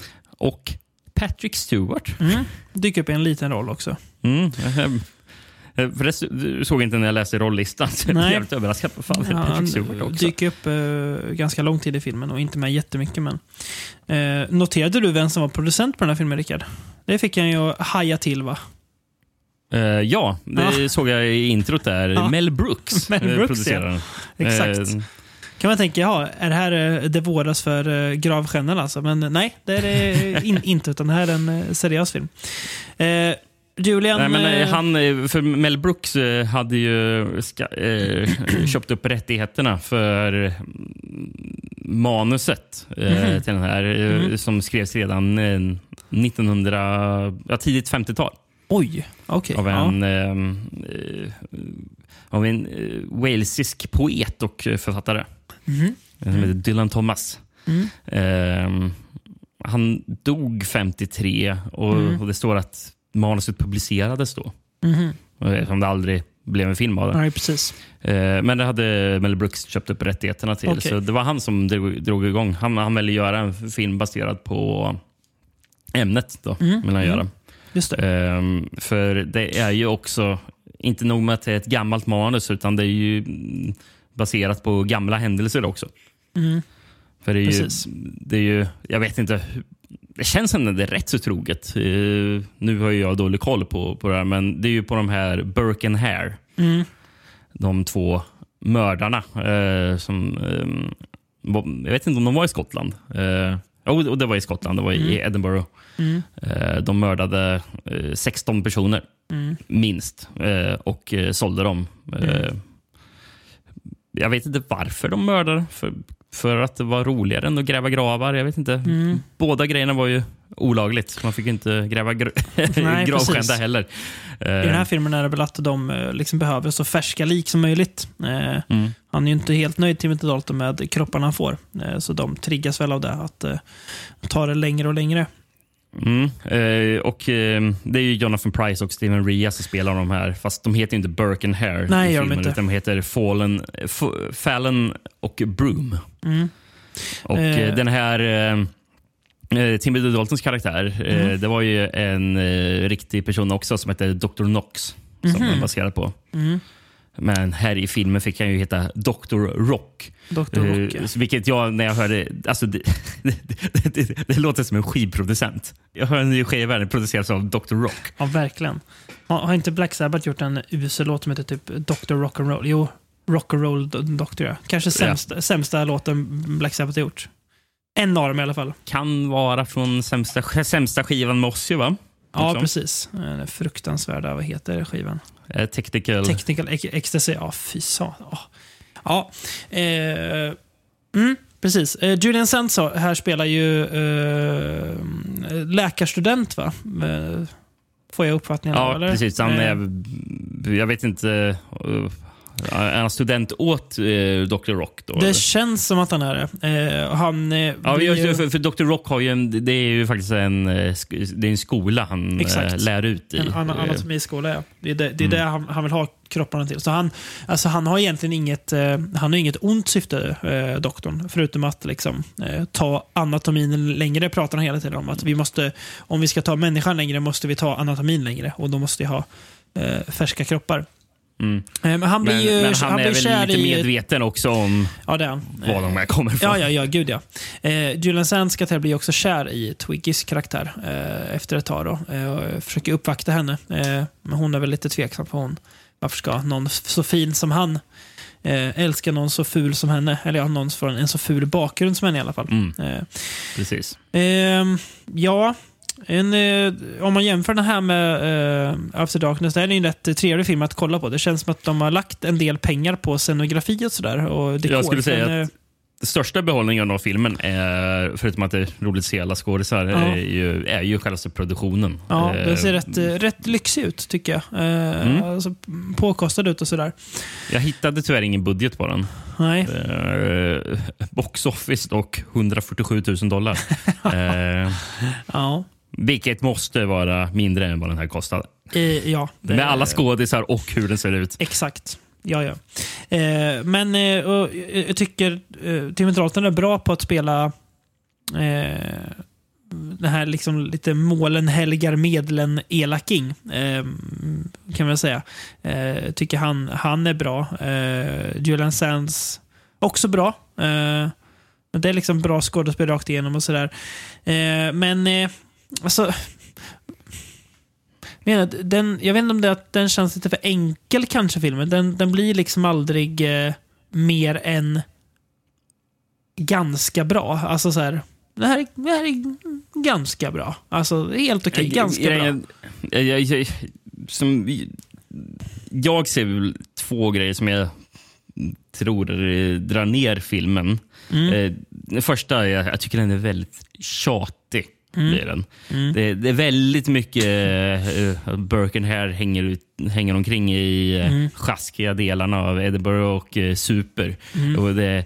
Och Patrick Stewart. Mm. Dyker upp i en liten roll också. Mm. För det du såg inte när jag läste rolllistan. Så jag är helt överraskad på fall. Ja, han dyker upp uh, ganska lång tid i filmen och inte med jättemycket. Men, uh, noterade du vem som var producent på den här filmen, Rickard? Det fick jag ju haja till, va? Uh, ja, det ja. såg jag i introt där. Ja. Mel Brooks, Mel Brooks ja. Exakt. Uh, kan man tänka, ja, är det här uh, det våras för uh, gravstjärnan alltså? Men nej, det är det in, inte, utan det här är en uh, seriös film. Uh, Julian... Nej, men, uh, han, för Mel Brooks uh, hade ju ska, uh, köpt upp rättigheterna för manuset uh, mm-hmm. till den här, uh, mm. som skrevs redan uh, nittonhundra, ja, tidigt femtiotal. Oj, okej. Okay, av en, ja. uh, av en uh, walesisk poet och författare. Mm. Som heter Dylan Thomas. Mm. Uh, han dog femtiotre och, mm. och det står att manuset publicerades då. Mm. Som det aldrig blev en film av det. Nej, precis. Uh, men det hade Mel Brooks köpt upp rättigheterna till. Okay. Så det var han som drog, drog igång. Han, han ville göra en film baserad på ämnet då. Mm. Vill han göra. Just det. Um, för det är ju också inte nog med att det är ett gammalt manus, utan det är ju baserat på gamla händelser också. Mm. För det är, ju, det är ju, jag vet inte, det känns som att det är rätt så troget. Uh, nu har jag dålig koll på, på det här, men det är ju på de här Burke and Hare. Mm. De två mördarna uh, som, um, jag vet inte om de var i Skottland. Uh, och det var i Skottland, det var i mm. Edinburgh. Mm. De mördade sexton personer mm. minst och sålde dem. Mm. Jag vet inte varför de mördade, för, för att det var roligare än att gräva gravar. Jag vet inte. Mm. Båda grejerna var ju olagligt. Man fick inte gräva gr- gravskända heller. I den här filmen är det väl att de liksom behöver så färska lik som möjligt. Mm. Han är ju inte helt nöjd, Timothy Dalton, med kropparna han får. Så de triggas väl av det, att ta det längre och längre. Mm. Eh, och eh, det är ju Jonathan Pryce och Steven Rea som spelar de här, fast de heter ju inte Burke and Hare. Nej, i filmen, inte. Utan de heter Fallen, F- Fallon och Broom. Mm. Och eh. den här eh, Timothy Daltons karaktär, mm. eh, det var ju en eh, riktig person också som heter doktor Knox, som mm. den baserad på. Mm. Men här i filmen fick han ju heta doktor Rock. doktor Rock, ja. uh, Vilket jag, när jag hörde, alltså det, det, det, det, det låter som en skivproducent. Jag hör en ny skiva, den produceras av doktor Rock. Ja, verkligen. Har, har inte Black Sabbath gjort en U S-låt som heter typ doktor Rock'n'Roll? Jo, Rock'n'Roll Doctor, ja. Kanske sämsta, ja. sämsta låten Black Sabbath har gjort. En av dem i alla fall. Kan vara från sämsta, sämsta skivan med oss, va? Ja, precis. Den fruktansvärda, vad heter skivan? Uh, technical. Technical Ecstasy, ja, fy så. Oh. Ja, eh, mm, precis. Eh, Julian Sands här spelar ju eh, läkarstudent, va? Eh, får jag uppfattningen? Ja, eller? Precis. Han är, eh. jag vet inte... Uh, är han student åt eh, doktor Rock då? Det eller? Känns som att han är det. Eh, han, eh, ja, just, för, för doktor Rock har ju en, det är ju faktiskt en, det är en skola han eh, lär ut i. En anatomiskola, ja. Det är det, det, är mm. det han, han vill ha kropparna till. Så han, alltså han har egentligen inget, eh, han har inget ont syfte, eh, doktorn, förutom att liksom, eh, ta anatomin längre. Pratar han hela tiden om att vi måste, om vi ska ta människan längre måste vi ta anatomin längre, och då måste vi ha eh, färska kroppar. Mm. Men han, blir men, ju, men han, han är väl lite i, medveten också om ja, det är. var de här kommer ifrån. Ja, ja, ja, gud ja. Eh, Julian Sands ska bli också kär i Twiggys karaktär eh, efter ett tag då. Eh, och försöker uppvakta henne. Eh, men hon är väl lite tveksam på hon. Varför ska någon så fin som han eh, älska någon så ful som henne? Eller ja, någon från en så ful bakgrund som henne i alla fall. Mm. Eh, Precis. Eh, ja... En, eh, om man jämför den här med eh, After Darkness, det är en rätt trevlig film att kolla på. Det känns som att de har lagt en del pengar på scenografi och sådär. Och dekor. Jag skulle säga Men, att den största behållningen av filmen är, förutom att det är roligt att se alla skådisar, ja. är, ju, är ju själva produktionen. Ja, det ser rätt, rätt lyxig ut tycker jag. Eh, mm. alltså, påkostad ut och sådär. Jag hittade tyvärr ingen budget på den. Nej. Eh, box office och hundrafyrtiosju tusen dollar. eh, ja. Vilket måste vara mindre än vad den här kostade. Eh, ja, det... Med alla skådisar och hur den ser ut. Exakt. Ja, ja. Eh, men eh, och, jag tycker eh, Timothy Dalton är bra på att spela eh, den här liksom lite målen helgar medlen elaking, eh, kan man säga. Eh, tycker han, han är bra. Eh, Julian Sands också bra. Eh, men det är liksom bra skådespel rakt igenom och sådär. Eh, men eh, alltså... Jag, den, jag vet inte om det är att den känns lite för enkel kanske, filmen. Den, den blir liksom aldrig eh, mer än ganska bra. Alltså så här, det här, är, det här är ganska bra. Alltså helt okej, okay, ganska jag, jag, bra. Jag, jag, som, jag ser väl två grejer som jag tror drar ner filmen. Mm. Eh, det första är, jag tycker den är väldigt tjatig. Mm. Blir den. Mm. Det, det är väldigt mycket uh, Burke här hänger, ut, hänger omkring i uh, mm. sjaskiga delarna av Edinburgh och uh, Super. Mm. Och det,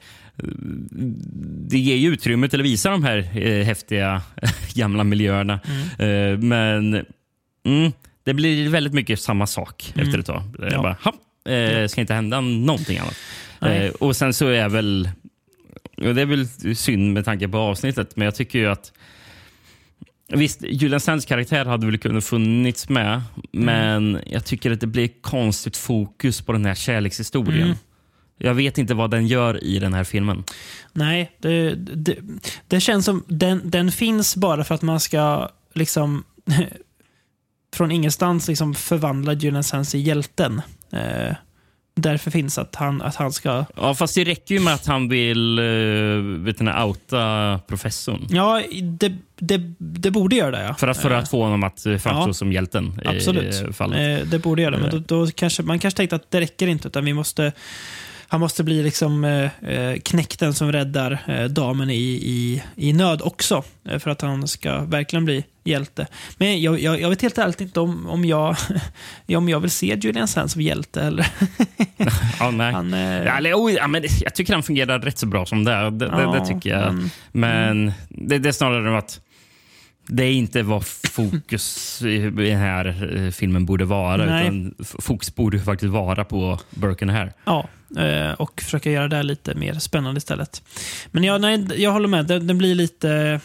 det ger ju utrymme till att visa de här uh, häftiga gamla miljöerna. Mm. Uh, men mm, det blir väldigt mycket samma sak mm. efter ett tag. Ja. Jag bara, ha, uh, ja. Ska inte hända någonting annat. Uh, och sen så är väl, och det är väl synd med tanke på avsnittet, men jag tycker ju att visst, Julian Sands karaktär hade väl kunnat funnits med, mm. men jag tycker att det blir konstigt fokus på den här kärlekshistorien. Mm. Jag vet inte vad den gör i den här filmen. Nej, det, det, det känns som den, den finns bara för att man ska liksom från ingenstans liksom förvandla Julian Sands i hjälten. Eh, därför finns att han, att han ska... Ja, fast det räcker ju med att han vill uh, vet ni, outa professorn. Ja, det, det, det borde göra det, ja. För att, för att få honom att framstå ja, som hjälten. Absolut. I fallet. Det borde göra det, men då, då kanske, man kanske tänkte att det räcker inte, utan vi måste... Han måste bli liksom eh, knäkten som räddar eh, damen i, i, i nöd också. Eh, för att han ska verkligen bli hjälte. Men jag, jag, jag vet helt ärligt inte om, om, jag, om jag vill se Julian Sands som hjälte. Eller? Ja, nej. Han, eh... ja, eller, oh, ja, men jag tycker han fungerar rätt så bra som det. Det, ja, det, det tycker jag. Men, men mm. det, det är snarare att det är inte vad fokus i den här filmen borde vara. Nej. Utan fokus borde faktiskt vara på Burke här. Ja, och försöka göra det lite mer spännande istället. Men jag, nej, jag håller med. Den, den blir lite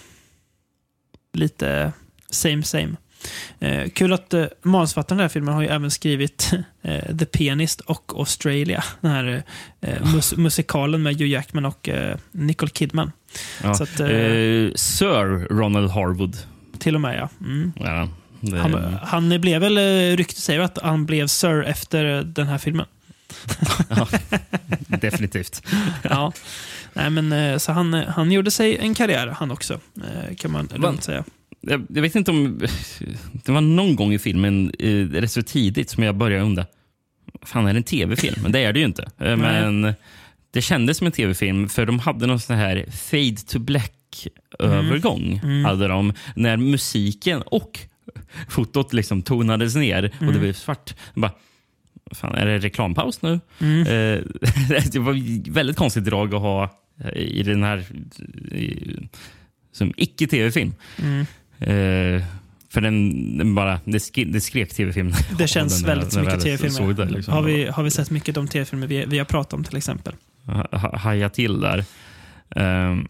lite same same. Eh, kul att eh, manusförfattaren den här filmen har ju även skrivit eh, The Pianist och Australia. Den här eh, mus- musikalen med Hugh Jackman och eh, Nicole Kidman. Ja. Så att, eh, eh, Sir Ronald Harwood. Till och med, ja. Mm. Ja det... han, han blev väl, rykte säger att han blev Sir efter den här filmen. Ja, definitivt. Ja. Nej, men, så han, han gjorde sig en karriär, han också, kan man lugnt säga. Jag, jag vet inte om det var någon gång i filmen eh, rätt så tidigt som jag började undra, fan är det en tv-film? Men det är det ju inte. Eh, men det kändes som en tv-film, för de hade någon sån här fade to black övergång mm. hade de, när musiken och fotot liksom tonades ner mm. och det blev svart. Bara, fan, är det reklampaus nu? Mm. Eh, det var väldigt konstigt drag att ha i den här i, som icke-tv-film. Mm. Uh, för den, den bara det, sk- det skrek tv-film. Det känns den, väldigt den, mycket tv-filmer. Det, liksom. har, vi, har vi sett mycket de tv-filmer vi, vi har pratat om till exempel. Ha, haja till där. Uh,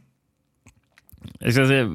jag ska säga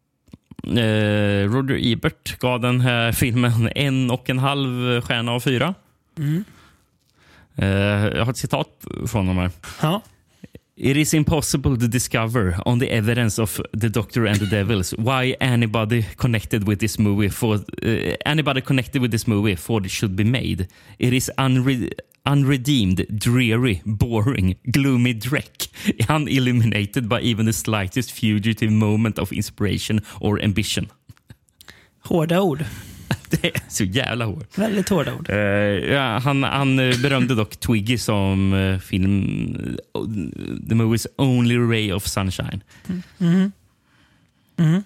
uh, Roger Ebert gav den här filmen en och en halv stjärna av fyra. Mm. Uh, jag har ett citat från dem här. Ja. It is impossible to discover on the evidence of the Doctor and the Devils why anybody connected with this movie for uh, anybody connected with this movie thought it should be made. It is unre- unredeemed, dreary, boring, gloomy dreck, unilluminated by even the slightest fugitive moment of inspiration or ambition. Hårda ord. Det är så jävla hård. Väldigt hårda ord. Uh, ja, han, han berömde dock Twiggy som uh, film uh, The Movie's Only Ray of Sunshine. Mm. Mm. Mm.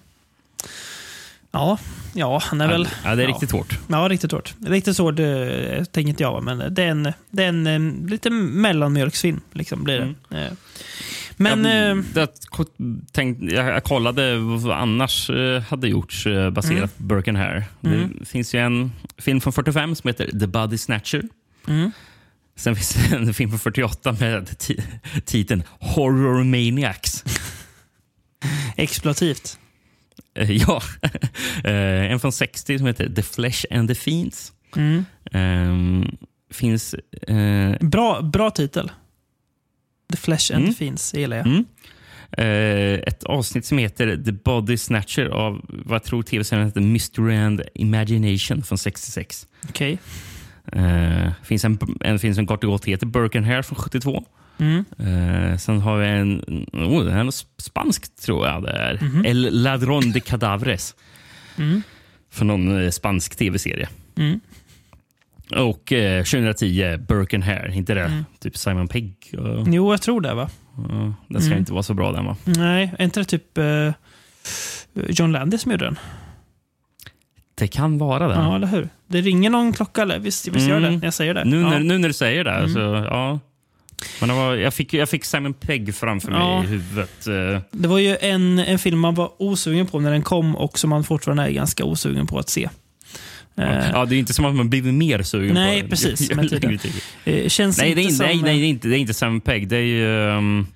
Ja, ja, han är väl... Ja, det är ja. riktigt hårt. Ja, riktigt hårt. Riktigt hårt uh, tänker inte jag, men det är en, det är en um, lite mellanmjölksfilm, liksom, blir det. Mm. Uh. Men jag, jag, tänkte, jag kollade vad annars hade gjorts baserat mm. på Burke här. Mm. Det finns ju en film från fyrtiofem som heter The Body Snatcher. Mm. Sen finns det en film från fyrtioåtta med t- titeln Horror Maniacs. Exploativt. Eh, ja, eh, en från sextio som heter The Flesh and the Fiends. Mm. Eh, finns... Eh, bra, bra titel. The Flesh and mm. the Fiends, gillar jag. Mm. Eh, ett avsnitt som heter The Body Snatcher av vad jag tror tv-serien heter Mystery and Imagination från sextiosex. Okej. Okay. Eh, finns en, en finns en kort och gott heter Birkenhair från sjuttiotvå. Mm. Eh, sen har vi en, oh, det här är något spanskt tror jag det är. Mm-hmm. El Ladrón de Cadáveres. Mm. För någon eh, spansk tv-serie. Mm. Och eh, tjugohundratio Birkenhair, inte det? Mm. Typ Simon Pegg. Och, jo, jag tror det va. Uh, den ska mm. inte vara så bra den va? Nej, är inte det typ uh, John Landis som gjorde den? Det kan vara den. Ja, eller hur? Det ringer någon klocka, eller? Visst, visst gör mm. det? Jag säger det. Nu, ja. när, nu när du säger det, mm. så ja. Men det var, jag, fick, jag fick Simon Pegg framför mig ja. i huvudet. Uh. Det var ju en, en film man var osugen på när den kom och som man fortfarande är ganska osugen på att se. Ja, ja, det är inte som att man blir mer sugen nej, på det. Precis, men det känns nej, inte det är, som... Nej, nej, det är inte, det är inte Simon Pegg. Det är ju... Um,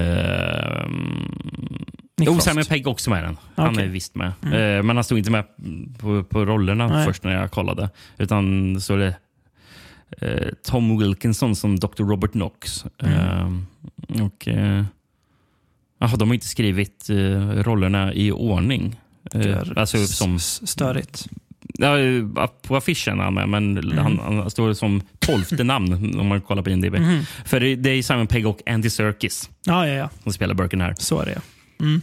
um, jo, Simon Pegg också med den. Han okay. är visst med. Mm. Uh, men han stod inte med på, på rollerna nej. först när jag kollade. Utan så är det uh, Tom Wilkinson som doktor Robert Knox. Mm. Uh, och... Uh, aha, de har inte skrivit uh, rollerna i ordning. Uh, alltså som... Störigt. Ja, på affischen han med, men mm. han, han står som tolfte namn om man kollar på I M D B. Mm. För det, det är Simon Pegg och Andy Serkis ja, ja, ja. som spelar Birkenhair. Så är det, mm.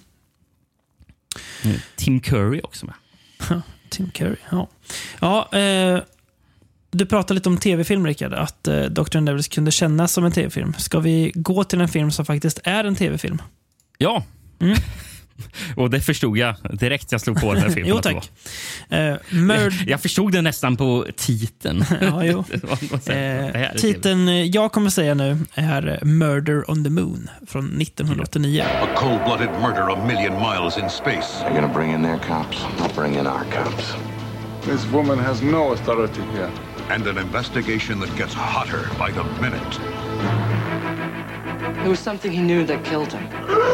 Mm. Tim Curry också med. Tim Curry, ja. Ja, eh, du pratade lite om tv-film, Rickard, att eh, doktor Endeavors kunde kännas som en tv-film. Ska vi gå till en film som faktiskt är en tv-film? Ja. Mm. Och det förstod jag direkt jag slog på den här filmen. Jo, tack. Uh, mörd- jag förstod det nästan på titeln. ja, jo. uh, titeln jag kommer säga nu är Murder on the Moon från nittonhundraåttionio. A cold-blooded murder a million miles in space. They're gonna bring in their cops. I'll bring in our cops. This woman has no authority here. And an investigation that gets hotter by the minute. There was something he knew that killed him.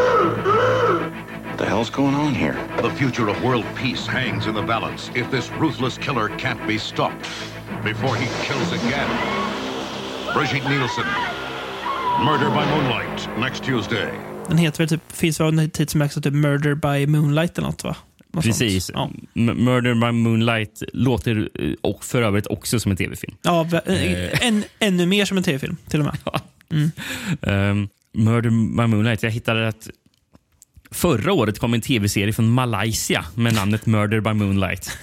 What the hell's going on here? The future of world peace hangs in the balance if this ruthless killer can't be stopped before he kills again. Brigitte Nielsen, Murder by Moonlight, next Tuesday. Den heter väl typ, finns väl en tid som också typ Murder by Moonlight eller något va? Något precis. Ja. Murder by Moonlight låter och för övrigt också som en tv-film. Ja, en, ännu mer som en tv-film till och med. Mm. um, Murder by Moonlight, jag hittade att förra året kom en tv-serie från Malaysia med namnet Murder by Moonlight.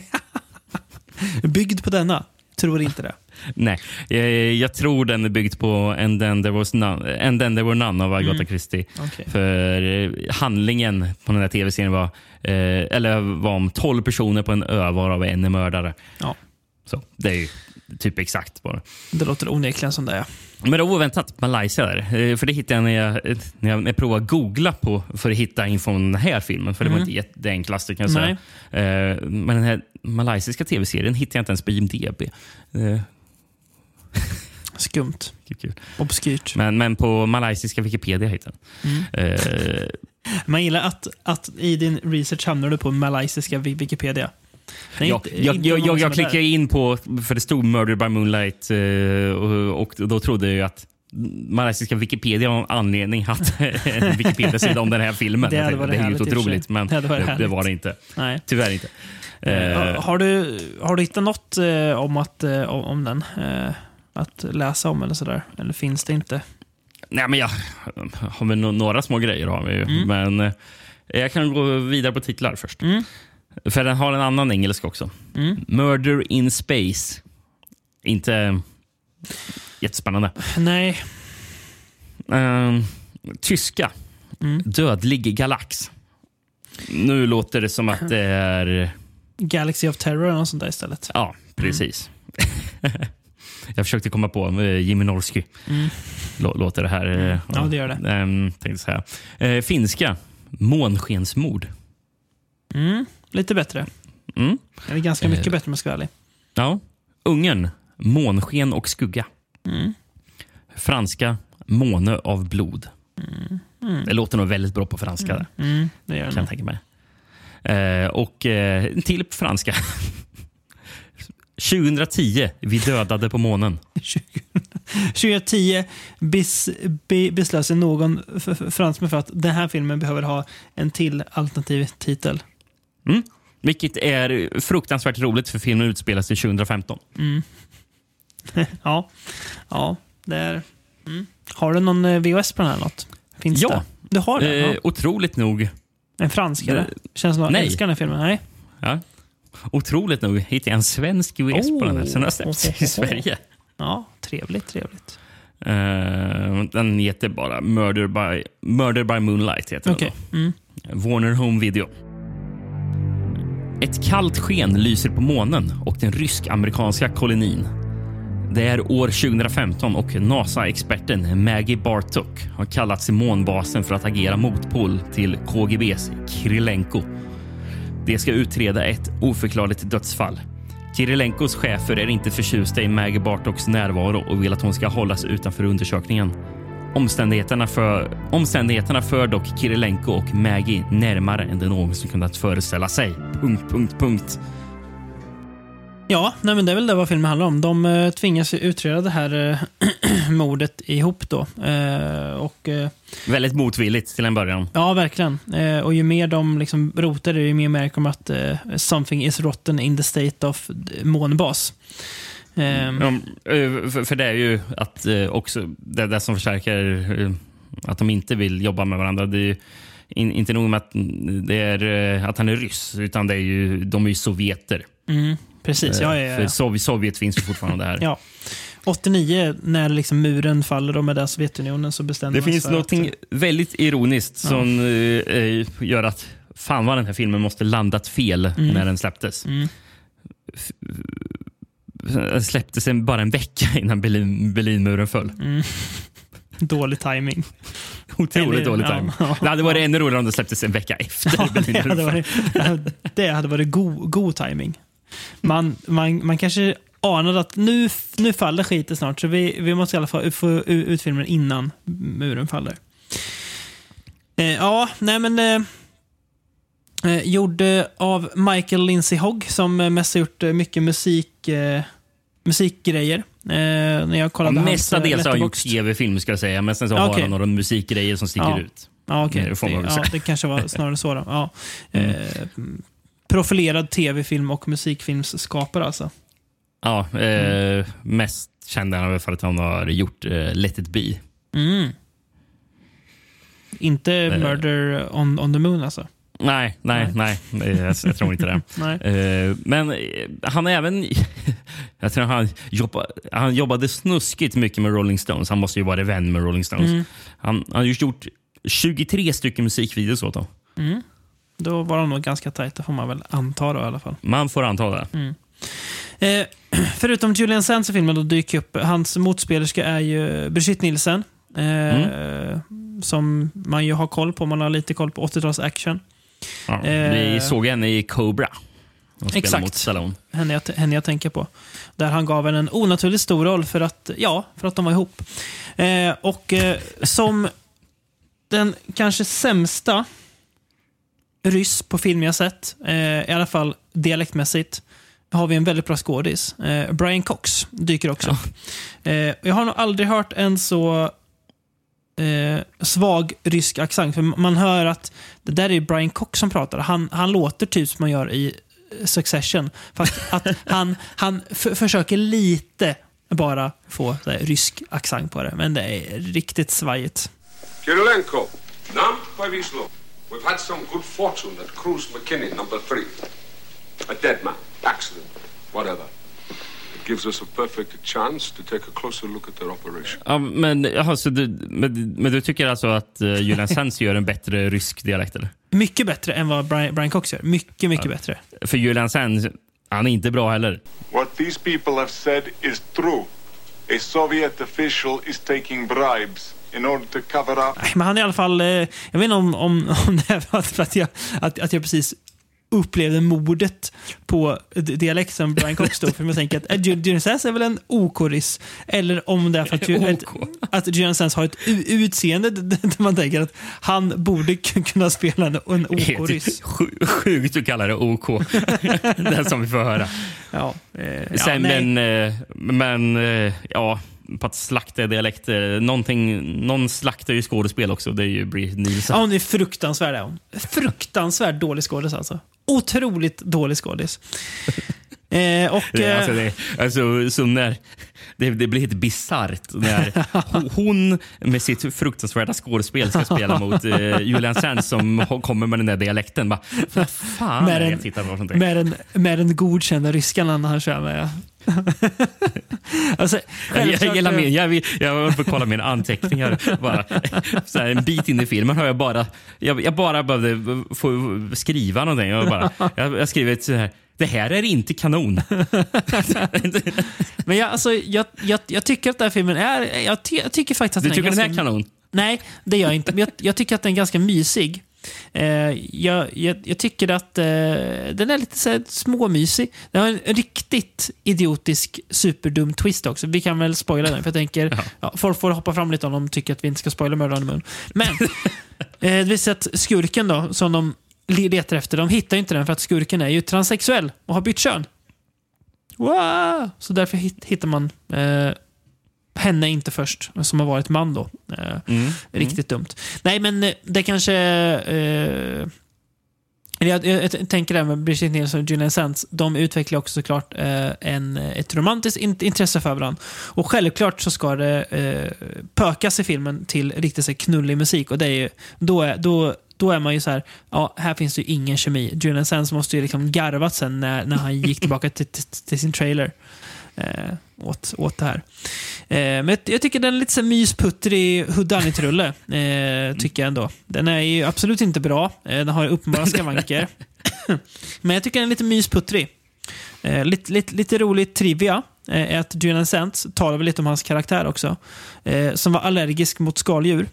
Byggd på denna? Tror inte det. Nej, jag, jag tror den är byggd på And then there, was none, And then there were none av Agatha mm. Christie. Okay. För handlingen på den här tv-serien var, eh, eller var om tolv personer på en ö varav en är mördare. Ja. Så det är ju typ exakt bara. Det låter onekligen som det är. Men det var oväntat Malaysia där. För det hittade jag när jag, när jag, när jag provade att googla på för att hitta info om den här filmen. För det mm. var inte det enklaste kan jag säga. Nej. Men den här malaysiska tv-serien hittade jag inte ens på I M D B. Skumt. Kul. Obskyrt. Men, men på malaysiska Wikipedia hittade jag mm. uh, Man gillar att, att i din research hamnar du på malaysiska Wikipedia. Ja, inte, jag, inte jag, jag, jag klickade in på, för det stod Murder by Moonlight och, och då trodde jag att malaysiska Wikipedia har en anledning att en Wikipedia-sida om den här filmen. Det, det, det är ju otroligt, men det, det, det var det inte. Nej. Tyvärr inte. Uh, har, du, har du hittat något uh, om, att, uh, om den uh, att läsa om eller sådär? Eller finns det inte? Nej, men jag har väl några små grejer har vi ju. Mm. Men uh, jag kan gå vidare på titlar först. Mm. För den har en annan engelsk också. Mm. Murder in Space. Inte jättespännande. Nej. Uh, tyska. Mm. Dödlig galax. Nu låter det som att det är... Galaxy of Terror eller något sånt där istället. Ja, precis. Mm. Jag försökte komma på Jimmy Norski. Mm. Låter det här... Mm. Ja, det gör det. Um, tänkte säga. Uh, finska. Månskensmord. Mm. Lite bättre. Mm. Eller ganska mycket uh, bättre om jag ska vara ärlig. Ja. Ungern. Månsken och skugga. Mm. Franska. Måne av blod. Mm. Mm. Det låter nog väldigt bra på franska. Mm. Mm. Det gör det. Kan jag tänka mig. Eh, och eh, en till på franska. tjugohundratio, vi dödade på månen. tjugohundratio bis, be, beslöt sig någon fransman för att den här filmen behöver ha en till alternativ titel. Mm. Vilket är fruktansvärt roligt för filmen utspelas till tjugohundrafemton. Mm. ja, ja, det är... Mm. Har du någon V H S på den här något? Finns ja. det? Du har det? Eh, ja. Otroligt nog. En fransk eller? Känns som att jag älskar den här filmen. Nej. Ja. Otroligt nog hittade jag en svensk V H S oh. på den här. Sen har jag släppts i Sverige. Ja, trevligt, trevligt. Uh, den heter bara Murder by, Murder by Moonlight. Heter okay. den mm. Warner Home Video. Ett kallt sken lyser på månen och den rysk-amerikanska kolonin. Det är år tjugohundrafemton och NASA-experten Maggie Bartok har kallats till månbasen för att agera motpol till K G B:s Kirilenko. Det ska utreda ett oförklarligt dödsfall. Kirilenkos chefer är inte förtjusta i Maggie Bartoks närvaro och vill att hon ska hållas utanför undersökningen. Omständigheterna för, omständigheterna för dock Kirilenko och Maggie närmare än det någonsin kunnat föreställa sig. Punkt, punkt, punkt. Ja, nej men det är väl det vad filmen handlar om. De uh, tvingas utreda det här uh, mordet ihop då. Uh, och, uh, Väldigt motvilligt till en början. Ja, verkligen. Uh, och ju mer de liksom rotar det, ju mer märker de att uh, something is rotten in the state of månbas. Um, ja, för, för det är ju att uh, också det, det som förstärker uh, att de inte vill jobba med varandra. Det är ju in, inte nog med att, det är, uh, att han är ryss, utan det är ju, de är ju sovjeter. Mm. Precis, ja, ja, ja. För Sovjet, Sovjet finns ju fortfarande här. ja. åttionio, när liksom muren faller och med det Sovjetunionen, så bestämmer det finns något att... väldigt ironiskt ja. som uh, gör att fan vad den här filmen måste landat fel mm. när den släpptes. Mm. Den släpptes en, bara en vecka innan Berlin, Berlinmuren föll. Mm. Dålig timing. Otroligt dålig timing. Ja, ja. Det hade varit ännu roligare om det släpptes en vecka efter ja, Berlinmuren det, hade varit, det hade varit god, god timing. Man, man, man kanske anade att nu, nu faller skiten snart, så vi, vi måste i alla fall få ut filmen innan muren faller. Eh, ja, nej men eh, gjord av Michael Lindsay Hogg, som mest har gjort mycket musik, eh, musikgrejer. Eh, när jag kollade ja, hans mestadels har han gjort tv-film, ska jag säga, men sen så ja, har okay. han några musikgrejer som sticker ja. ut. Ja, okej. Okay. Det, ja, det kanske var snarare så då. Ja. Mm. Eh, profilerad tv-film och musikfilmsskapare alltså. Ja, eh, mm. mest kände han för att han har gjort eh, Let It Be. Mm. Inte eh. Murder on, on the Moon alltså? Nej, nej, nej. nej jag, jag tror inte det. nej. Eh, men han är även... jag tror han, jobba, han jobbade snuskigt mycket med Rolling Stones. Han måste ju vara vän med Rolling Stones. Mm. Han har just gjort tjugotre stycken musikvideos åt dem. Mm. Då var de nog ganska tajta, får man väl anta då, i alla fall. Man får anta det. Mm. Eh, förutom Julian Sands i filmen då dyker upp, hans motspelerska är ju Brigitte Nielsen. Eh, mm. Som man ju har koll på, man har lite koll på åttio-tals action. Ja, eh, vi såg henne i Cobra. Exakt, henne jag, henne jag tänker på. Där han gav henne en onaturligt stor roll för att, ja, för att de var ihop. Eh, och eh, som den kanske sämsta ryss på film jag sett, eh, i alla fall dialektmässigt, har vi en väldigt bra skådis. Eh, Brian Cox dyker också. Ja. Eh, jag har nog aldrig hört en så eh, svag rysk accent. För man hör att det där är Brian Cox som pratar. Han, han låter typ som man gör i Succession. Fast att han, han f- försöker lite bara få så här, rysk accent på det. Men det är riktigt svajigt. Kirilenko, nam повезло. We've had some good fortune at Cruise McKinney, number three. A dead man, accident, whatever. It gives us a perfect chance to take a closer look at their operation. Ja, men, aha, så du, men, men du tycker alltså att uh, Julian Sands gör en bättre rysk dialekt, eller? Mycket bättre än vad Brian, Brian Cox gör. Mycket, mycket ja. bättre. För Julian Sands, han är inte bra heller. What these people have said is true. A Soviet official is taking bribes in order to cover up. Nej, men han är i alla fall, eh, jag vet inte om, om, om det är för att, jag, att, att jag precis upplevde mordet på dialekt som Brian Cox stod för. Man tänker att äh, Julian Sands är väl en OK-ryss. Eller om det är för att, att, att Julian Sands har ett u- utseende där man tänker att han borde k- kunna spela en, en OK-ryss. Sjukt att kalla det OK. Den som vi får höra. Ja, eh, Sen, ja, men, eh, men eh, ja, på att slakta dialekter. Någonting, någon slaktar ju skådespel också. Det är ju Britt Nielsen. Ja, hon är fruktansvärd. Är hon. Fruktansvärt dålig skådis alltså. Otroligt dålig skådis. eh, och, det, alltså, det, alltså, så när, det, det blir helt bisarrt när hon med sitt fruktansvärda skådespel ska spela mot eh, Julian Sands som kommer med den där dialekten. Bara, vad fan med, är en, jag tittar på sånt med, en, med en godkända ryskan när han kör med. Alltså, jag, jag, gillar min, jag, jag var på att kolla mina anteckningar bara, så här, en bit in i filmen har jag bara jag, jag bara behövde få skriva någonting. Jag, bara, jag, jag skrivit så här: det här är inte kanon. Men jag, alltså, jag, jag, jag tycker att den här filmen är jag, ty, jag tycker faktiskt att du den tycker är den ganska, är kanon? Nej, det gör jag inte. Men jag, jag tycker att den är ganska mysig. Eh, jag, jag, jag tycker att eh, den är lite så här småmysig. Den har en riktigt idiotisk superdum twist också. Vi kan väl spoila den, för jag tänker ja. Ja, folk får hoppa fram lite om de tycker att vi inte ska spoila Murder on the Moon. Men eh, vi ser att skurken då, som de letar efter, de hittar inte den för att skurken är ju transsexuell och har bytt kön. Wow! Så därför hittar man eh, henne inte först, som har varit man då. Eh, mm. Riktigt mm. dumt. Nej, men det kanske... Eh, jag, jag, jag tänker det med Brigitte Nielsen och Julian Sands. De utvecklar också såklart eh, en, ett romantiskt intresse för varandra. Och självklart så ska det eh, pökas i filmen till riktigt så knullig musik. Och det är ju, då, är, då, då är man ju så här, ja, här finns det ju ingen kemi. Julian Sands måste ju liksom garvat sen när, när han gick tillbaka till, till, till sin trailer. Eh, åt, åt det här. Eh, men jag tycker den är lite så mysputtrig huddanitrulle, eh, tycker jag ändå. Den är ju absolut inte bra. Eh, den har uppenbara skavanker. Men jag tycker den är lite mysputtrig. Eh, lite, lite, lite roligt trivia eh, är att Julian Sands talar väl lite om hans karaktär också. Eh, som var allergisk mot skaldjur.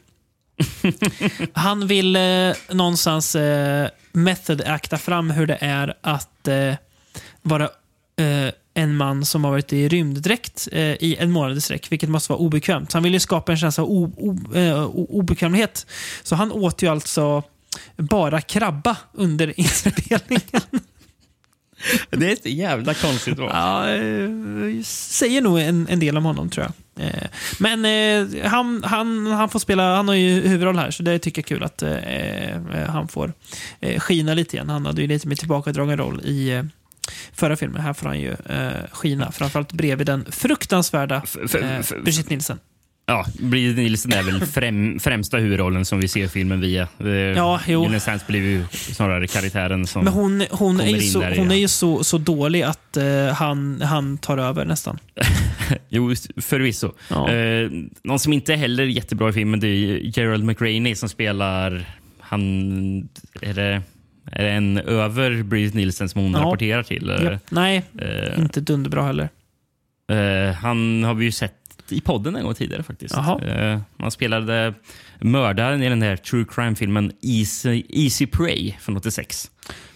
Han vill eh, någonstans eh, method-acta fram hur det är att eh, vara eh, en man som har varit i rymddräkt eh, i en månad i sträck, vilket måste vara obekvämt. Så han vill ju skapa en känsla av o- o- eh, obekvämlighet. Så han åt ju alltså bara krabba under inspelningen. Det är ett jävla konstigt val. Ja, eh, säger nog en, en del om honom, tror jag. Eh, men eh, han, han, han får spela, han har ju huvudroll här, så det tycker jag är kul att eh, han får eh, skina lite igen. Han hade ju lite mer tillbakadragen roll i eh, förra filmen. Här får han ju eh, skina, framförallt bredvid den fruktansvärda eh, Brigitte Nielsen. Ja, Brigitte Nielsen är väl främ, främsta huvudrollen som vi ser filmen via. Ja, jo. Julian Sands blir ju snarare karaktären som. Men hon, hon, är ju, så, där, hon ja. är ju så, så dålig att uh, han, han tar över nästan. Jo, förvisso. Ja. Eh, någon som inte är heller jättebra i filmen, det är Gerald McRaney som spelar, han är det, är det en över Brigitte Nielsen som hon ja. rapporterar till? Ja. Nej, eh, inte dunderbra heller. Eh, han har vi ju sett i podden en gång tidigare faktiskt. Uh, man spelade mördaren i den här true crime-filmen Easy, Easy Prey från åttiosex.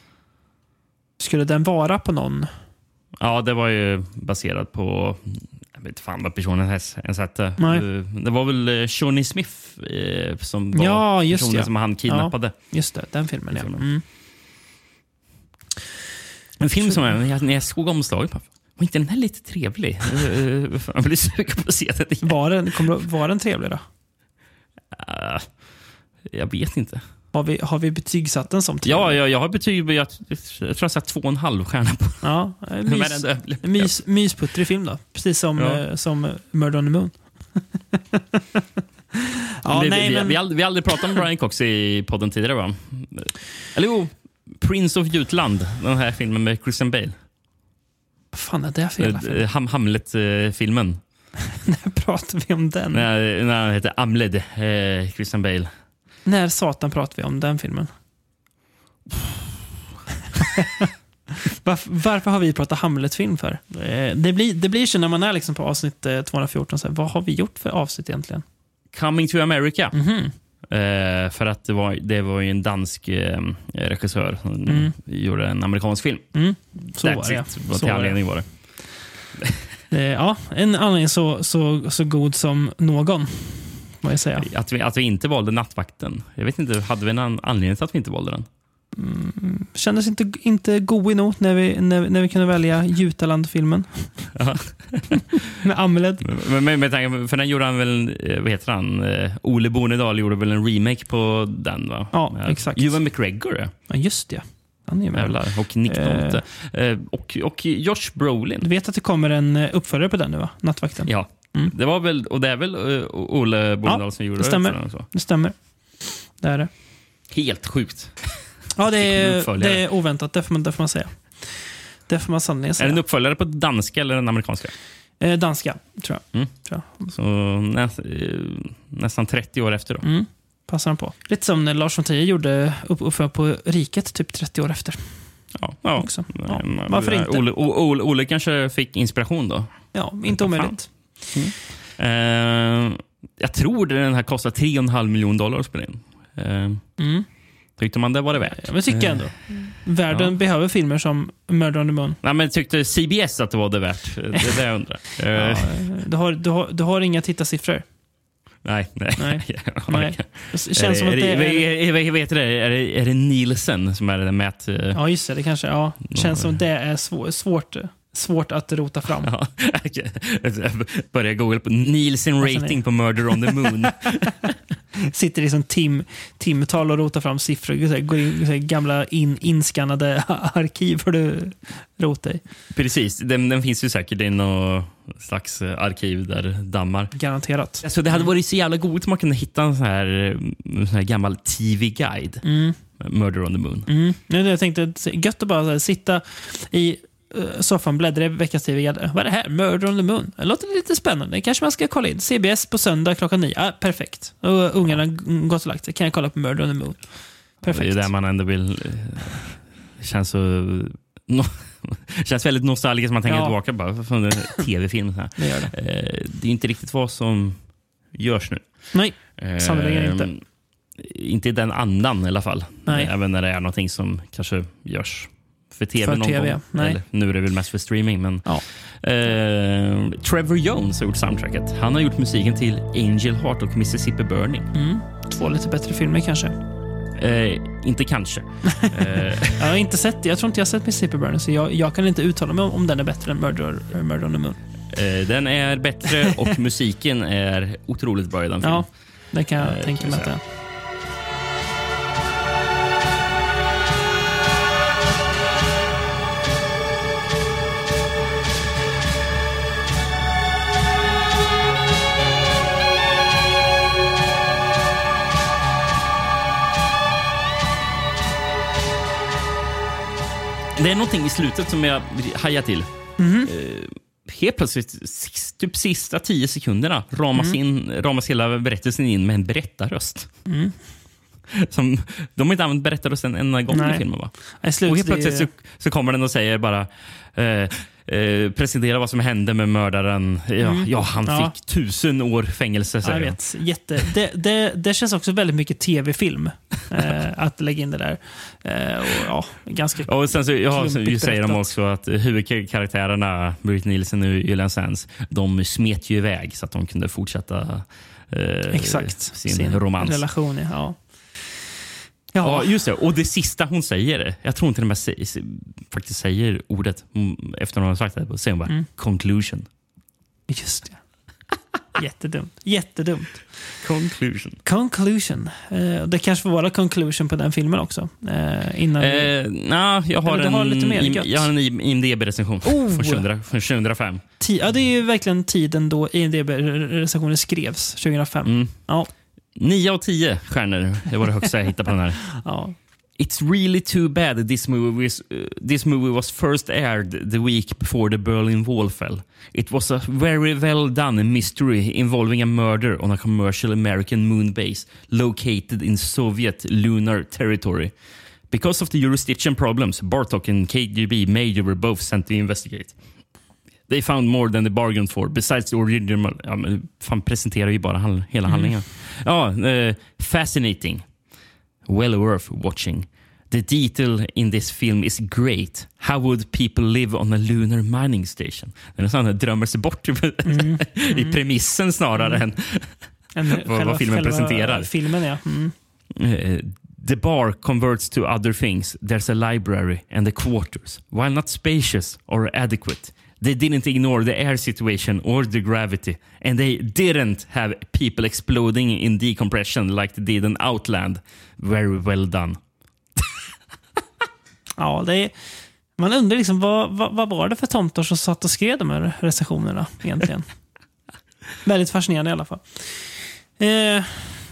Skulle den vara på någon? Ja, det var ju baserat på, jag vet inte fan vad personen ens hette. Uh, det var väl uh, Shawnee Smith uh, som var ja, just personen ja. som han kidnappade. Ja, just det, den filmen. Den filmen. Ja. Mm. En film som jag, när jag såg omslaget, var inte den här lite trevlig? Jag blir sugen på att se den igen. Var den, kommer, var den trevlig då? Uh, jag vet inte. Har vi, har vi betygsatt den som trevlig? Ja, jag, jag har betyg. Jag, jag tror jag satt två och en halv stjärna på. Ja, mys, mys, mysputtrig film då. Precis som, ja. eh, som Murder on the Moon. ja, vi, nej, vi, men... vi, aldrig, vi aldrig pratat om Brian Cox i podden tidigare, va? Eller jo, Prince of Jutland. Den här filmen med Christian Bale. Vad fan är det för jävla film? Ham- Hamlet-filmen. När pratar vi om den? När, när den heter Amled, eh, Christian Bale. När satan pratar vi om den filmen? varför, varför har vi pratat Hamlet-film för? Eh, det, blir, det blir så när man är liksom på avsnitt eh, tvåhundrafjorton. Så här, vad har vi gjort för avsnitt egentligen? Coming to America. Mm-hmm. Eh, för att det var, det var ju en dansk eh, regissör som Mm. gjorde en amerikansk film. Mm. Så That's var det. it. Vad Så till var det. anledning var det. Eh, ja, en anledning så, så, så god som någon, må jag säga. Att vi, att vi inte valde Nattvakten. Jag vet inte, hade vi en an- anledning till att vi inte valde den? Mm, kändes inte, inte god nog när vi, när, när vi kunde välja Jutaland-filmen. Ja. Med Ameled. Men, med, med tanke, för den gjorde han väl, eh, vad heter han? Eh, Ole Bornedal gjorde väl en remake på den, va? Ja, exakt. Ewan McGregor, ja. Ja, just det. Han är med. Jävlar. Och Nick Nolte. Eh, och, och Josh Brolin. Du vet att det kommer en eh, uppföljare på den nu, va? Nattvakten. Ja, Mm. det var väl, och det är väl uh, Ole Bornedal Ja, som gjorde det stämmer. den också. Det stämmer. Det är det. Helt sjukt. Ja, det är, Uppföljare. det är oväntat. Det får man, det får man säga. Det får man sannolikt Är säga. det en uppföljare på danska eller den amerikanska? Eh, danska, tror jag. Mm. Tror jag. Så nä, eh, nästan trettio år efter då. Mm. Passar han på. Lite som när Lars von Trier gjorde upp, uppför på Riket typ trettio år efter. Ja, ja. Också. Ja, Men, varför inte? Ole, Ole, Ole kanske fick inspiration då. Ja, inte omöjligt. Mm. Eh, jag tror den här kostar tre och en halv miljon dollar att spela in. Eh, Mm. tyckte man det var det värt? Ja, men tycker jag ändå. Världen Ja. behöver filmer som Murder on the Moon. Nej, men tyckte C B S att det var det värt? Det är det jag undrar. Eh, Ja, du, har, du, har, du har inga tittarsiffror. Nej, nej. Nej. Jag har Nej. inga. Det känns som att det är... är... Vad heter det? Är det, är det Nielsen som är det mät... eh, Ja, just det. Det kanske... Ja, det känns som att det är svår, svårt, svårt att rota fram. Ja. Börja googla på Nielsen rating på Murder on the Moon. Sitter i liksom tim, timtal och rotar fram siffror. Så här, går in i gamla in, inskannade arkiv för du rota i. Precis, den, den finns ju säkert i någon slags arkiv där dammar. Garanterat. Alltså, det hade varit så jävla god om man kunde hitta en sån här, en sån här gammal T V-guide. Mm. Murder on the Moon. Mm. Nu, jag tänkte gött att bara så här, sitta i uh, soffan, bläddra i veckans T V. Vad är det här? Murder on the Moon. Det låter lite spännande. Kanske man ska kolla in. C B S på söndag klockan nio. Ah, perfekt. Och ungarna har gått och lagt sig. Kan jag kolla på Murder on the Moon? Perfekt. Det är där man ändå vill... eh, känns så... No, känns väldigt nostalgiskt. Man tänker Ja. tillbaka bara från en tv-film. Här. Det gör det. Eh, det är inte riktigt vad som görs nu. Nej, Eh, sannerligen inte. Inte i den andan i alla fall. Nej. Även när det är någonting som kanske görs för tv För någon T V, gång. nej. Eller, nu är det väl mest för streaming. Men, Ja. eh, Trevor Jones har gjort soundtracket. Han har gjort musiken till Angel Heart och Mississippi Burning. Mm. Två lite bättre filmer kanske. Eh, inte kanske. eh, Jag har inte sett det. Jag tror inte jag har sett Mississippi Burning, så jag, jag kan inte uttala mig om, om den är bättre än Murder, Murder on the Moon. eh, den är bättre och musiken är otroligt bra i den filmen. Ja, det kan jag Eh, tänka kan mig jag att det är. Det är någonting i slutet som jag hajar till. Mhm. Eh, helt plötsligt, sist, typ sista tio sekunderna, ramas, Mm. in, ramas hela berättelsen in med en berättarröst. Mm. Som, de har inte använt berättarrösten en enda gång Nej. i filmen, va? I slutet Och helt är- plötsligt så, så kommer den och säger bara... Eh, eh, presentera vad som hände med mördaren. Ja, Mm. ja han Ja. fick tusen år fängelse, Ja, jag säger han. vet. Jätte, det, det, det känns också väldigt mycket tv-film eh, att lägga in det där. Eh, och, ja, ganska Och sen så, ja, så klumpigt säger de berättat. också att huvudkaraktärerna, Britt Nielsen och Julian Sands, de smet ju iväg så att de kunde fortsätta eh, Exakt. sin, romans. relation. Ja. Ja, just det. Och det sista hon säger, jag tror inte de här faktiskt säger ordet mm, efter hon har sagt det, säger hon bara Mm. conclusion. Just det. Jättedumt. Jättedumt. Conclusion. Conclusion. Eh, det kanske får vara conclusion på den filmen också. Eh, innan vi- Eh, nah, jag har Eller du en, har lite mer im- gött. jag har en I M D B-recension Oh! från tjugohundra från tjugohundrafem. ti- ja, det är ju verkligen tiden då I M D B-recensionen skrevs, tjugohundrafem. Mm. Ja. nio av tio stjärnor. Det var det högsta jag hittade på den här. Ja. It's really too bad this movie was, uh, this movie was first aired the week before the Berlin Wall fell. It was a very well done mystery involving a murder on a commercial American moon base located in Soviet lunar territory. Because of the jurisdiction problems, Bartok and K G B Major were both sent to investigate. They found more than they bargained for. Besides the original... Ja, men fan presenterar ju bara hal- hela mm. handlingen. Ja, uh, fascinating. Well worth watching. The detail in this film is great. How would people live on a lunar mining station? Den är sån här drömmer sig bort mm. i premissen snarare mm. än vad, själva, vad filmen presenterar. Filmen, ja. Mm. Uh, the bar converts to other things. There's a library and the quarters. While not spacious or adequate, they didn't ignore the air situation or the gravity. And they didn't have people exploding in decompression like they did in Outland. Very well done. Ja, det är, man undrar liksom vad, vad, vad var det för tomtar som satt och skrev de här recensionerna egentligen. Väldigt fascinerande i alla fall. Eh, ja.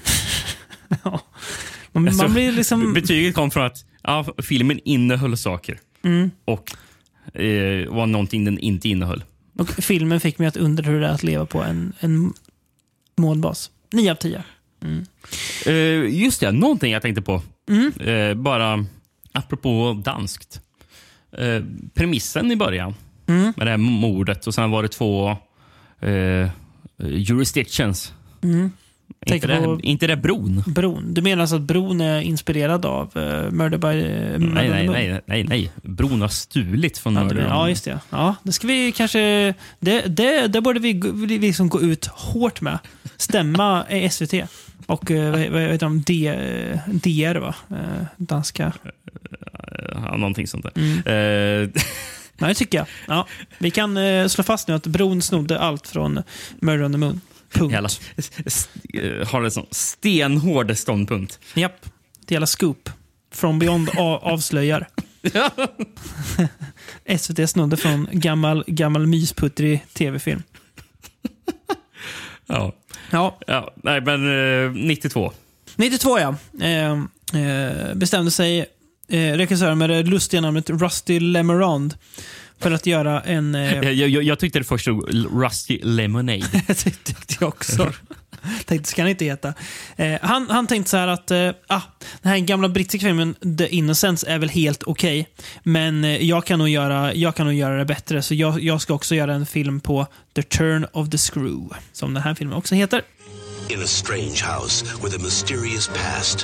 man, alltså, man blir liksom... Betyget kom från att ja, filmen innehöll saker mm. och eh, var någonting den inte innehöll. Och filmen fick mig att undra hur det är att leva på en, en månbas. nio av tio. Mm. Eh, just det, någonting jag tänkte på. Mm. Eh, bara... Apropå danskt. Eh, premissen i början mm. med det här mordet och sen var det två eh, jurisdictions. Mm. Inte, det, på, inte det bron? Bron. Du menar alltså att bron är inspirerad av uh, Murder by uh, nej, nej, nej, nej, nej. Bron har stulit från ja, Murder. Ja, just det. Ja, det ska vi kanske... Det, det, det borde vi, vi liksom gå ut hårt med. Stämma S V T. Och uh, vad, vad heter de? D, D R, va? Uh, danska... Ja, någonting sånt där. Mm. Uh, ja, det tycker jag. Ja, vi kan uh, slå fast nu att bron snodde allt från Murder on the Moon. Punkt. Jävla, har en sån stenhård ståndpunkt. Japp. Det jävla scoop. From Beyond avslöjar. S V T snodde från gammal, gammal mysputtrig tv-film. Ja. Ja. Ja. Nej, men eh, nittiotvå. nittiotvå, ja. Eh, eh, bestämde sig eh, regissören med det lustiga namnet Rusty Lemerand för att göra en... Eh... Jag, jag, jag tyckte det först stod Rusty Lemonade. Det tyckte jag också. Tänkte, ska han inte heta. Eh, han, han tänkte så här att eh, ah, den här gamla brittiska filmen The Innocents är väl helt okej. Okay, men eh, jag, kan nog göra, jag kan nog göra det bättre. Så jag, jag ska också göra en film på The Turn of the Screw, som den här filmen också heter. In a strange house with a mysterious past,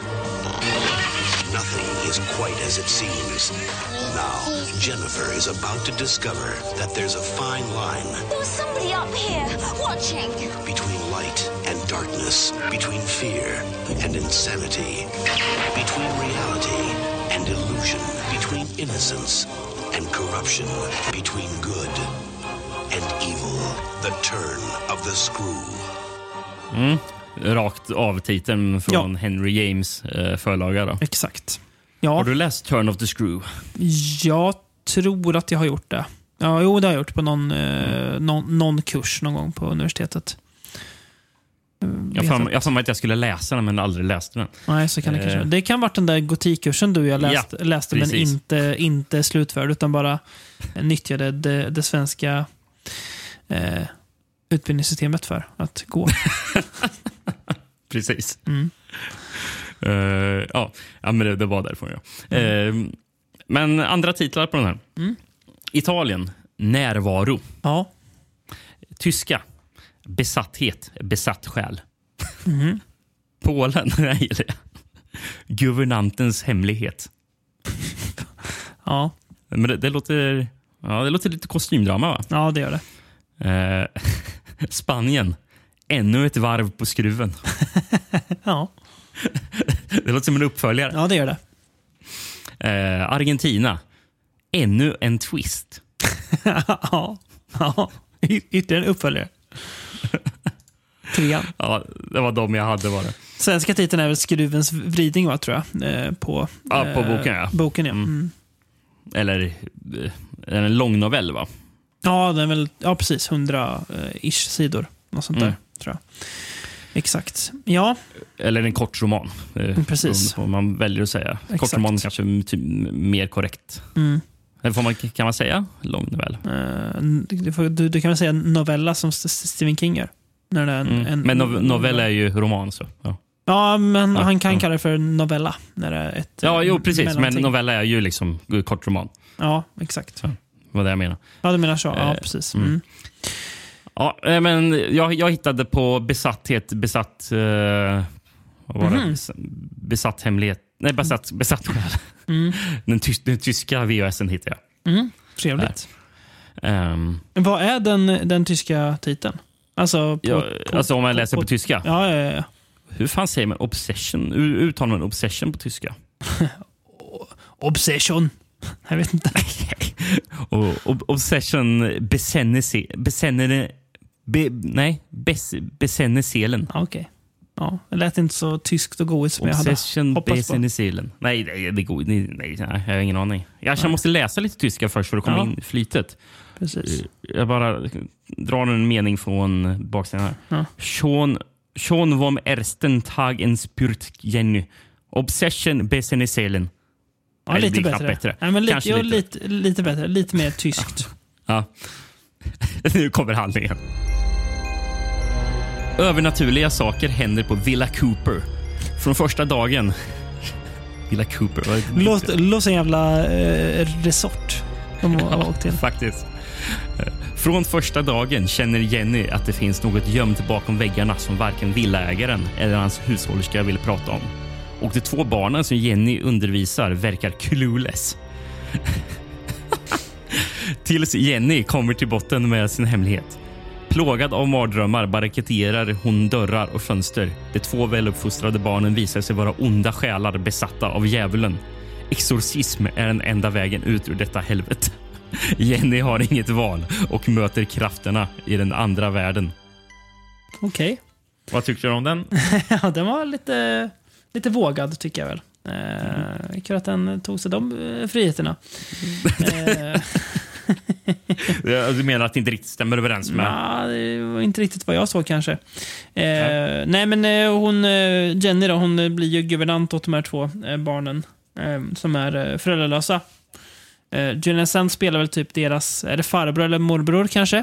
nothing is quite as it seems. Now, Jennifer is about to discover that there's a fine line. There's somebody up here watching. Between light and darkness, between fear and insanity, between reality and illusion, between innocence and corruption, between good and evil. The Turn of the Screw. Mm. Rakt av titeln från ja. Henry James eh, förlaga då. Exakt. Ja. Har du läst Turn of the Screw? Jag tror att jag har gjort det. Ja, jo, det har jag gjort på någon, mm. eh, någon, någon kurs någon gång på universitetet. Jag får jag mig att jag skulle läsa den men aldrig läste den. Nej, så kan det eh. kanske. Det kan vara den där gotikkursen du jag läst, ja, läste precis. Men inte, inte slutförd utan bara nyttjade det, det svenska eh, utbildningssystemet för att gå. Precis. Mm. Uh, ja. ja, men det, det var därifrån. Ja. Mm. Uh, men andra titlar på den här. Mm. Italien, närvaro. Ja. Tyska, besatthet, besatt själ. Mm. Polen, nej, guvernantens hemlighet. Ja. Men det, det, låter, ja, det låter lite kostymdrama, va? Ja, det gör det. Uh, Spanien, ännu ett varv på skruven. Ja. Det låter som en uppföljare. Ja, det gör det. Uh, Argentina, ännu en twist. Ja, ja. Y- ytterligare en uppföljare. Trean. Ja, det var de jag hade var det. Svenska titeln är väl Skruvens vridning, va, tror jag. Eh, på, ja, på eh, boken, ja. Boken, ja. Mm. Mm. Eller eh, en lång novell, va? Ja, den är väl, ja, precis. Hundra-ish sidor. Något sånt mm. där, tror jag. Exakt. Ja. Eller en kort roman. Mm, precis. Om man väljer att säga. Exakt. Kort roman kanske typ mer korrekt. Mm. Eller får man, kan man säga lång novell? Uh, du, du, du kan väl säga novella som Stephen King gör. När det är en, mm. en, men nov- novell är ju roman, så. Ja, ja men ja, han kan ja. kalla det för novella. När det är ett, ja, jo, precis. mellanting. Men novella är ju liksom kort roman. Ja, exakt. Så. Vad det jag menar. Ja, du menar så. Ja, Eh, precis. mm. Mm. Ja, eh, men jag, jag hittade på besatthet, besatt... Eh, vad var det? Mhm. Bes- Besatt hemlighet. Nej, besatt, besatt själ. Mm. Den, tys, den tyska V H S:en hittade jag. Mm. Trevligt. Um, Vad är den, den tyska titeln? Alltså, på, ja, på, alltså om jag läser på, på tyska? Ja, ja, ja. Hur fan säger man obsession? Hur uttalar man obsession på tyska? Obsession. Jag vet inte. och, ob, obsession besännelse... Besännelse... Be, nej, bes, besännelselen. Okej. Okay. Ja, det lät inte så tyskt och goigt som obsession jag hade hoppats på. besännelselen. Nej, nej, det går, nej, nej, jag har ingen aning. Jag, jag måste läsa lite tyska först för att komma ja. in i flytet. Precis. Jag bara drar en mening från baksidan här. Ja. Schon, schon vom ersten Tag en spürt Jenny. Obsession besännelselen. Ja, Nej, lite det blir bättre. knappt bättre. Nej, men lite, Kanske jo, lite. lite. Lite bättre. Lite mer tyskt. Ja. Nu kommer handlingen. Övernaturliga saker händer på Villa Cooper. Från första dagen. Villa Cooper. Vad Låt, låt en jävla eh, resort. De har ja, åkt till. Faktiskt. Från första dagen känner Jenny att det finns något gömt bakom väggarna som varken villaägaren eller hans hushållerska vill prata om. Och de två barnen som Jenny undervisar verkar clueless. Tills Jenny kommer till botten med sin hemlighet. Plågad av mardrömmar barrikaderar hon dörrar och fönster. De två väluppfostrade barnen visar sig vara onda själar besatta av djävulen. Exorcism är den enda vägen ut ur detta helvete. Jenny har inget val och möter krafterna i den andra världen. Okej. Okay. Vad tyckte du om den? Ja, den var lite, lite vågad tycker jag väl. Eh, mm. Kul att den tog sig de eh, friheterna. eh. Du menar att det inte riktigt stämmer överens med? Ja, det var inte riktigt vad jag såg kanske. Eh, ja. Nej, men eh, hon, eh, Jenny då, hon blir ju guvernant åt de här två eh, barnen eh, som är eh, föräldralösa. Eh, Julian Sands spelar väl typ deras, är det farbror eller morbror kanske?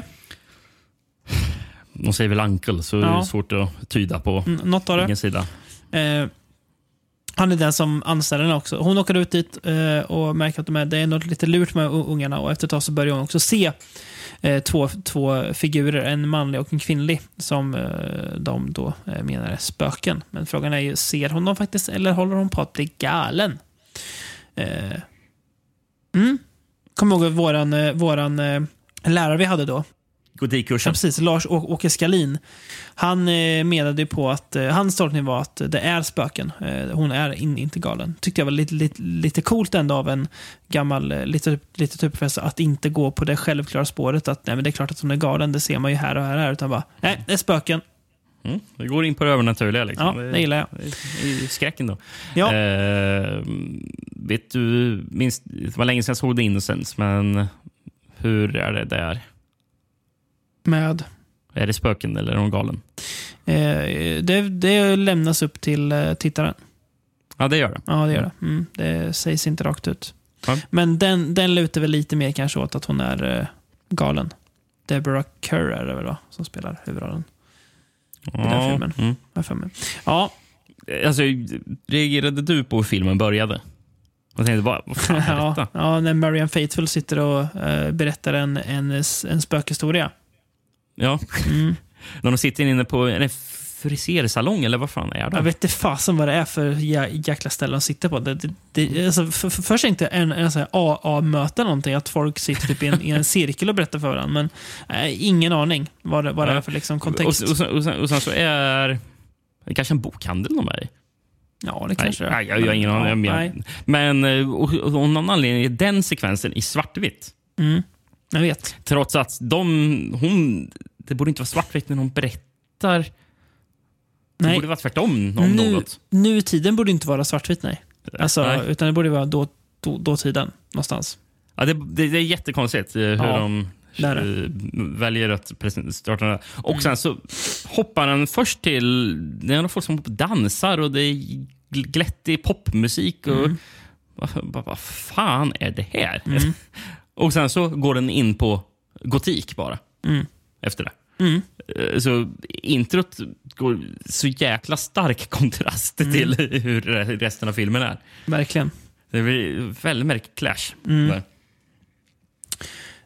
De säger väl uncle, så ja. Det är svårt att tyda på N- något av det. Ingen sida. Eh, han är den som anställer henne också. Hon åker ut dit eh, och märker att de är, det är något lite lurt med ungarna, och efter ett tag så börjar hon också se eh, två, två figurer, en manlig och en kvinnlig, som eh, de då eh, menar är spöken. Men frågan är ju, ser hon dem faktiskt eller håller hon på att bli galen? Eh, mm. Kom ihåg våran, eh, våran eh, lärare vi hade då. Gotikkursen. Ja, precis, Lars Åke Skalin. Han eh, menade ju på att eh, hans tolkning var att det är spöken. Eh, hon är in, inte galen. Tyckte jag var lite, lite, lite coolt ändå av en gammal eh, litteraturprofessor att inte gå på det självklara spåret att nej, men det är klart att hon är galen, det ser man ju här och här, här utan bara, nej, det är spöken. Mm, det går in på det övernaturliga liksom. Ja, det gillar jag. I skräcken då. Ja. Eh, vet du, minst, det var länge sedan jag såg The Innocence, men hur är det där? Med? Är det spöken eller är hon galen? Eh, det, det lämnas upp till eh, tittaren. Ja, det gör det. Ja, det gör det. Mm, det sägs inte rakt ut. Ja. Men den, den lutar väl lite mer kanske åt att hon är eh, galen. Deborah Kerr är det väl då, som spelar huvudrollen i ja. den filmen. Mm. Jag för mig. Ja. Alltså, reagerade du på hur filmen började? Och tänkte, vad, vad fan är ja, detta? ja, när Marianne Faithfull sitter och eh, berättar en, en, en spökhistoria. Ja. Mm. När de sitter inne på en frisersalong eller vad fan är det? Jag vet inte fasen vad det är för jäkla ställen de sitter på. Det, det, det, alltså, för, för, först inte en, en sån här A A-möte någonting, att folk sitter typ i, en, i en cirkel och berättar för varandra, men äh, ingen aning vad det, vad det är för liksom kontext. Och, och, och, och, sen, och sen så är det kanske en bokhandel de är i. Ja, det kanske nej, nej, jag har ingen aning. Ja, men men och, och, och någon anledning är den sekvensen i svartvitt. Mm, jag vet. Trots att de, hon, det borde inte vara svartvitt när hon berättar. Det nej. borde vara tvärtom om nu, något. Nu tiden borde inte vara svartvitt, nej. Alltså, nej. Utan det borde vara då, då, då tiden någonstans. Ja, det, det, det är jättekonstigt hur ja, de uh, väljer att starta det. Och mm. sen så hoppar han först till, det är några folk som dansar och det är glättig popmusik och mm. vad, vad, vad fan är det här? Mm. Och sen så går den in på gotik bara mm. efter det. Mm. Så introt går så jäkla stark kontrast mm. till hur resten av filmen är. Verkligen. Det blir väldigt märkligt clash. Mm.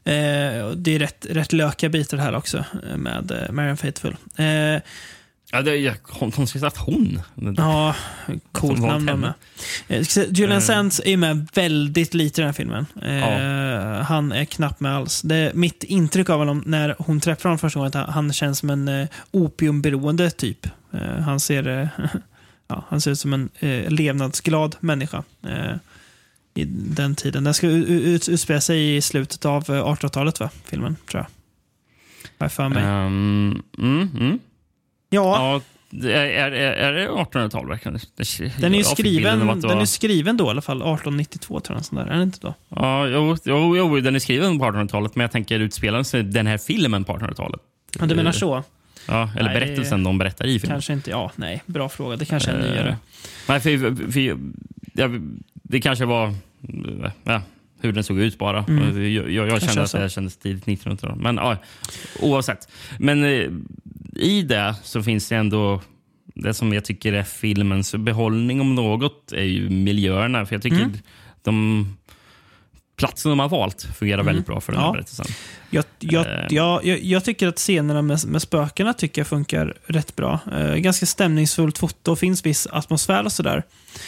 Eh, det är rätt, rätt löka bitar här också med eh, Marianne Faithfull. Eh, ja, det är konstigt att hon... Ja, coolt namn med. Eh, Julian uh, Sands är med väldigt lite i den här filmen. Eh, ja. Han är knappt med alls. Det är mitt intryck av honom när hon träffar honom första gången att han känns som en eh, opiumberoende typ. Eh, han ser... Eh, Ja, han ser ut som en eh, levnadsglad människa eh, i den tiden. Den ska ut, utspela sig i slutet av artonhundratalet, va? Filmen, tror jag. Var för mig. Um, mm, mm. Ja. ja är, är, är det artonhundratal verkligen? Den är ju skriven, den är skriven då i alla fall. arton nittiotvå tror jag. Sån där. Är det inte då? Ja, jo, jo, jo, den är skriven på artonhundratalet. Men jag tänker utspela sig den här filmen på artonhundratalet. Ja, du menar så? Ja, eller nej, berättelsen de berättar i filmen. Kanske inte, ja, nej, bra fråga. Det kanske är uh, nyare. Nej, för, för, för ja, det kanske var ja, hur den såg ut bara. Mm. Jag, jag, jag kände att det kändes tidigt nittonhundratalet. Men ja, oavsett. Men uh, i det så finns det ändå det som jag tycker är filmens behållning om något är ju miljöerna. För jag tycker mm. de platsen de har valt fungerar mm. väldigt bra för den här ja. berättelsen. Jag, jag, uh, jag, jag, jag tycker att scenerna med, med spökena tycker jag funkar rätt bra. Uh, ganska stämningsfullt foto, finns viss atmosfär och sådär.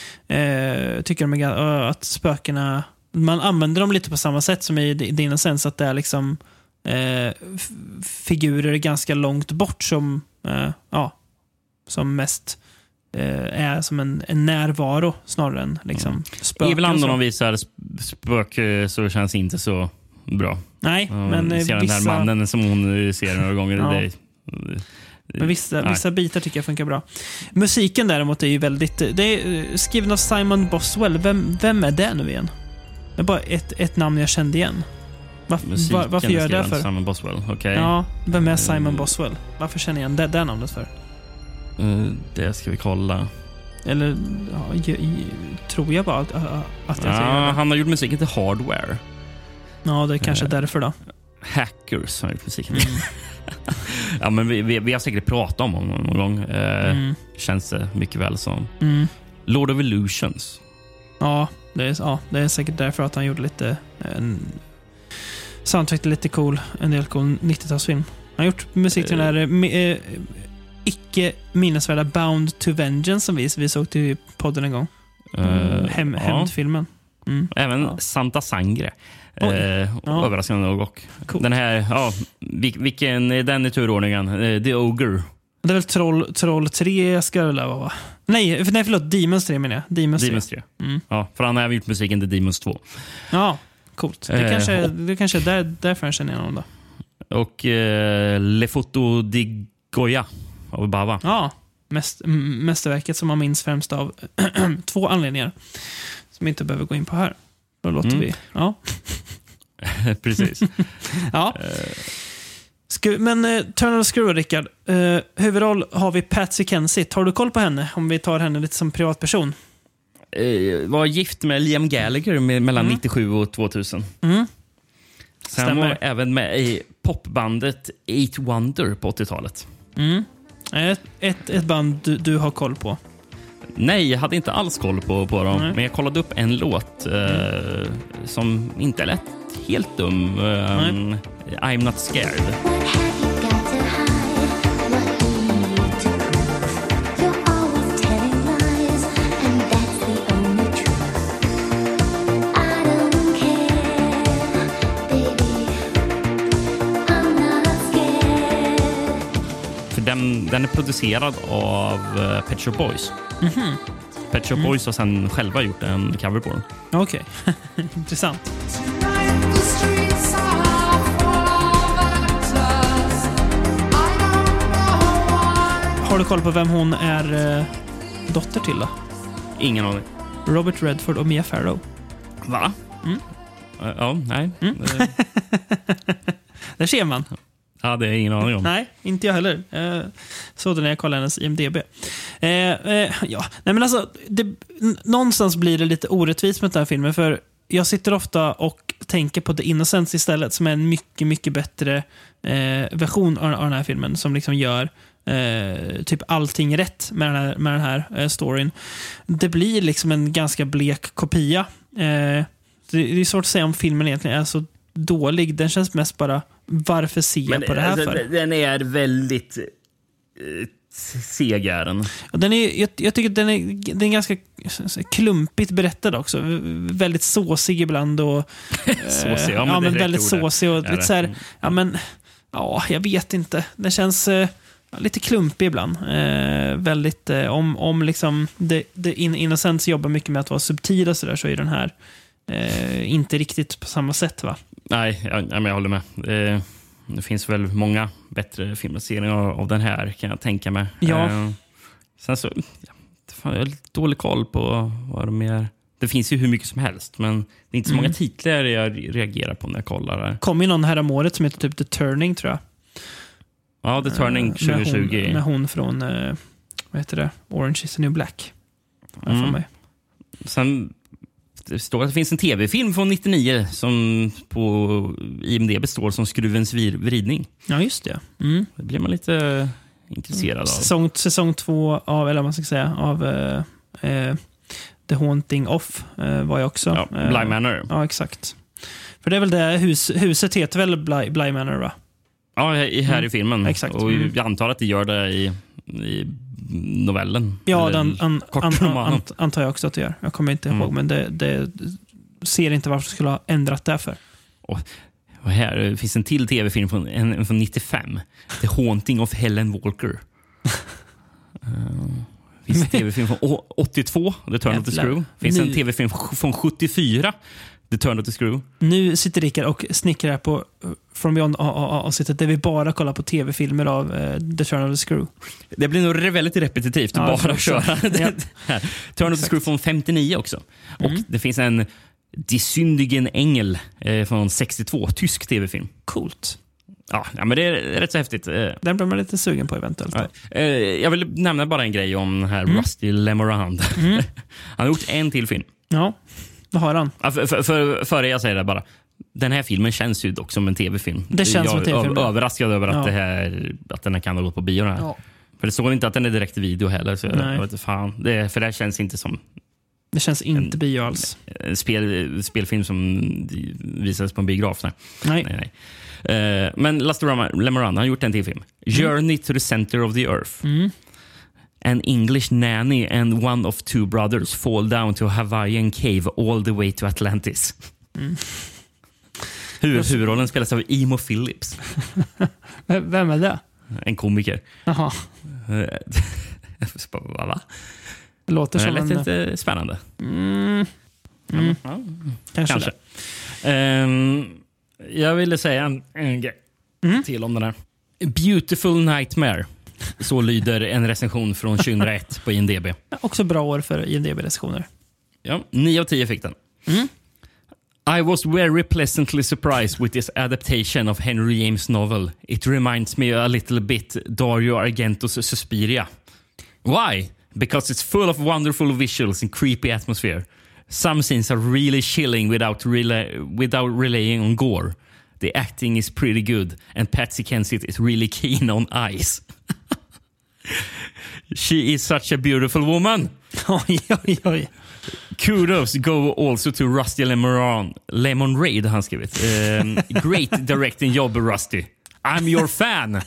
Uh, tycker de är, uh, att spökena, man använder dem lite på samma sätt som i din sens att det är liksom uh, f- figurer ganska långt bort som uh, ja, som mest uh, är som en, en närvaro snarare än liksom mm. spöken. Ibland när de visar spök så känns det inte så bra. Nej, men uh, ser vissa... den där mannen som hon ser några gånger. ja. det, Men vissa, vissa bitar tycker jag funkar bra. Musiken däremot är ju väldigt... Det är skriven av Simon Boswell. Vem, vem är det nu igen? Det är bara ett, ett namn jag kände igen. Varför, var, varför gör jag det för? Simon Boswell, okej. Okay. Ja, vem är Simon Boswell? Varför känner jag igen det, det namnet för? Uh, det ska vi kolla. Eller ja, jag, jag, tror jag bara att, att jag ja, han har gjort musiken till Hardware. Ja, det är kanske uh, därför då. Hackers har gjort musiken. Mm. Ja, men vi, vi, vi har säkert pratat om honom någon gång. Uh, mm. Känns det mycket väl som. Mm. Lord of Illusions. Ja det, är, ja, det är säkert därför att han gjorde lite en, soundtrack lite cool. En del cool nittiotalsfilm. Han har gjort musik till uh, den här uh, icke minnesvärda Bound to Vengeance som vi, vi såg till podden en gång. Uh, Hem, ja. Hämndfilmen. Mm. Även ja. Santa Sangre. Eh, ja. Överraskande nog. Och cool. Den här, ja, vilken är den i turordningen? Eh, The Ogre. Det är väl Troll, Troll tre ska det vara. Nej, nej, förlåt, Demons tre menar jag. Demons, Demons tre. Mm. Ja, för han har även gjort musiken till Demons två. Ja, coolt. Det eh, kanske, och, det kanske är där, därför jag känner honom då. Och eh, Le Foto di Goya av Bava. Ja, mäst, mästerverket som man minns främst av två anledningar som inte behöver gå in på här. Då låter mm. vi. Ja. Precis. Ja. Skru, men uh, Turner och Screw, Rickard. Uh, huvudroll har vi Patsy Kensit. Har du koll på henne? Om vi tar henne lite som privatperson. Uh, var gift med Liam Gallagher med, mellan mm. nittiosju och tvåtusen. Mm. Sen Stämmer. Var även med i popbandet Eight Wonder på åttiotalet. Mm. Ett, ett, ett band du, du har koll på. Nej, jag hade inte alls koll på, på dem. Nej. Men jag kollade upp en låt eh, mm. som inte lät helt dum. Um, I'm Not Scared. För den, den är producerad av uh, Pet Shop Boys. Mm-hmm. Pet Shop mm. Boys har sen själva gjort en cover på den. Okej, okay. Intressant. Har du koll på vem hon är eh, dotter till då? Ingen aning. Robert Redford och Mia Farrow. Va? Mm. Uh, ja, nej. Mm. Där ser man. Ja, det är ingen aning om. Nej, inte jag heller. Eh, så det när jag kollade hennes I M D B. Eh, eh, ja, nej men alltså det, n- någonstans blir det lite orättvist med den här filmen, för jag sitter ofta och tänker på The Innocents istället, som är en mycket, mycket bättre eh, version av, av den här filmen, som liksom gör eh, typ allting rätt med den här, med den här eh, storyn. Det blir liksom en ganska blek kopia. Eh, det är svårt att säga om filmen egentligen är så dålig. Den känns mest bara, varför ser jag Men, på det här alltså, för? Den är väldigt eh, seg är den. Och den är, jag, jag tycker att den är, den är ganska klumpigt berättad också. Väldigt såsig ibland. Och, såsig, ja, men, ja, men väldigt ordet. såsig. Och lite så här, ja, men, ja, jag vet inte. Den känns eh, lite klumpig ibland. Eh, väldigt, eh, om, om liksom det, det in, Innocence jobbar mycket med att vara subtil och så där, så är den här eh, inte riktigt på samma sätt, va? Nej, jag, jag, jag håller med. Eh, det finns väl många bättre filmatiseringar av, av den här, kan jag tänka mig. Ja. Eh, sen så, ja, fan, jag har lite dålig koll på vad de är. Det finns ju hur mycket som helst, men det är inte så Mm. många titlar jag reagerar på när jag kollar där. Kom ju någon här om året som heter typ The Turning, tror jag. Ja, The Turning Eh, tjugo tjugo. Med hon, med hon från, eh, vad heter det? Orange is the New Black. Här Mm. för mig. Sen det står att det finns en tv-film från nittionio som på I M D B står som Skruvens vir- vridning. Ja, just det. Mm. Det blir man lite intresserad av. Säsong, säsong två av, eller vad man ska säga, av eh, eh, The Haunting of eh, var jag också. Ja, Bly Manor. Ja, exakt. För det är väl det, hus, huset heter väl Bly, Bly Manor, va? Ja, i- här Mm. i filmen. Exakt. Och Mm. jag antar att det gör det i, i novellen. Ja, Eller den, an, an, an, kortromanen. an, antar jag också att det gör. Jag kommer inte Mm. ihåg, men det, det ser inte varför jag skulle ha ändrat det för. Och, och här det finns en till tv-film från, en, en från nittiofem. The Haunting of Helen Walker. uh, finns en tv-film från å- åttiotvå, The Turn of the Jävlar. Screw. Finns Nu- en tv-film från sjuttiofyra, The Turn of the Screw. Nu sitter Rickard och snickrar på uh, From Beyond avsnittet där vi bara kollar på tv-filmer av uh, The Turn of the Screw. Det blir nog väldigt repetitivt att Ja, jag tror bara också. köra det Ja. här. Turn of the Screw från femtionio också. Och det finns en Die Sündigen Engel eh, från sextiotvå, tysk tv-film. Coolt. Ja, ja, men det är rätt så häftigt. Eh, Den blir man lite sugen på eventuellt. ja. eh, jag vill nämna bara en grej om den här Mm. Rusty Lemorand. Han har gjort en till film. Ja, vad har han? Ja, för, för, för, före jag säger det bara. Den här filmen känns ju dock som en tv-film. Det känns jag som en tv-film. är överraskad över att, Ja. det här, att den här kan ha gått på bio. Här. Ja. För det står inte att den är direkt i video heller. Så jag, Nej. jag vet inte fan. Det, för det här känns inte som Det känns inte bio alls. en spel, spelfilm som visades på en biograf. Nej. Nej. Nej, nej. Uh, men Lusty Lemorand har gjort en till film. Journey to the Center of the Earth. Mm. An English nanny and one of two brothers fall down to a Hawaiian cave all the way to Atlantis. Mm. Hur, huvudrollen spelas av Emo Phillips. V- Vem är det? En komiker. Jaha. Va, va? Det låter Det som lät en... lite spännande. Mm. Mm. Ja, Kanske, kanske. Ehm, jag ville säga en, en grej Mm. till om den här. Beautiful Nightmare. Så lyder en recension från tjugohundraett på I M D B. det. Också bra år för I M D B-recensioner. Ja, nio av tio fick den. Mm. I was very pleasantly surprised with this adaptation of Henry James' novel. It reminds me a little bit Dario Argentos Suspiria. Why? Because it's full of wonderful visuals and creepy atmosphere. Some scenes are really chilling without, rela- without relying on gore. The acting is pretty good and Patsy Kensit is really keen on eyes. She is such a beautiful woman. Oj, oj, oj. Kudos go also to Rusty Lemon, Lemon Raid har han skrivit. Um, great directing job, Rusty. I'm your fan.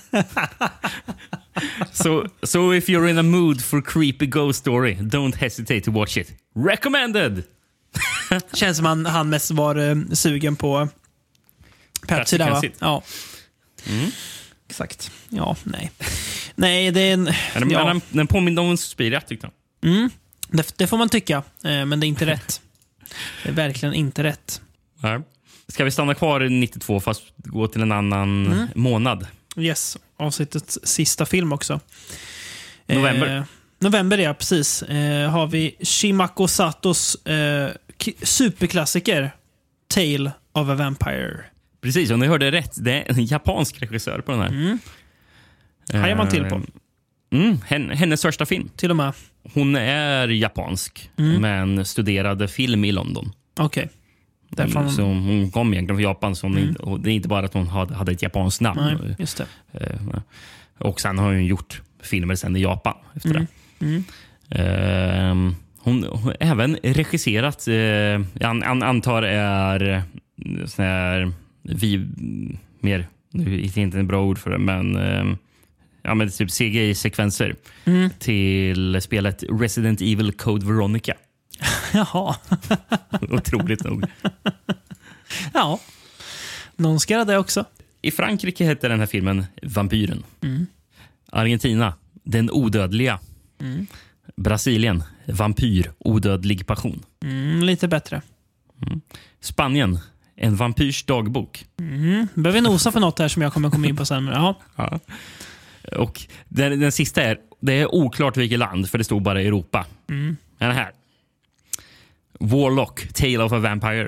so, so if you're in a mood for creepy ghost story, don't hesitate to watch it. Recommended! Känns som han, han mest var eh, sugen på Patsy där, va? Kensit. Ja. Mm. Exakt. Ja, nej. Nej, det är en... Men, ja. den, den påminner om en Suspiria, tyckte jag. Mm. Det, det får man tycka, eh, men det är inte rätt. Det är verkligen inte rätt. Ja. Ska vi stanna kvar i nittiotvå fast gå till en annan Mm. månad? Yes, avsnittets sista film också. November. Eh, november, ja, precis. Eh, har vi Shimako Satos eh, k- superklassiker Tale of a Vampire. Precis, och ni hörde rätt. Det är en japansk regissör på den här. Mm. Hajar man till på. Mm, hen- hennes första film. Till och med. Hon är japansk, Mm. men studerade film i London. Okej. Därför Mm, hon- Så hon kom egentligen från Japan. Så hon Mm. inte, och det är inte bara att hon hade, hade ett japanskt namn. Nej, just det. Eh, Och sen har hon gjort filmer sen i Japan efter Mm. det. Mm. Eh, hon har även regisserat, eh, jag an, an, antar är sån här vi, mer, nu är det inte en bra ord för det, men, eh, ja, men typ C G I-sekvenser mm. till spelet Resident Evil Code Veronica. Jaha. Otroligt nog. Ja, någon ska göra det också. I Frankrike heter den här filmen Vampyren. Mm. Argentina, Den odödliga. Mm. Brasilien, Vampyr, odödlig passion. Mm, lite bättre. Mm. Spanien, En vampyrs dagbok. Mm. Behöver nosa för något här som jag kommer komma in på sen. Men, ja. Ja. Och den, den sista är, det är oklart vilket land, för det stod bara Europa. Mm. Den här. Warlock, Tale of a Vampire.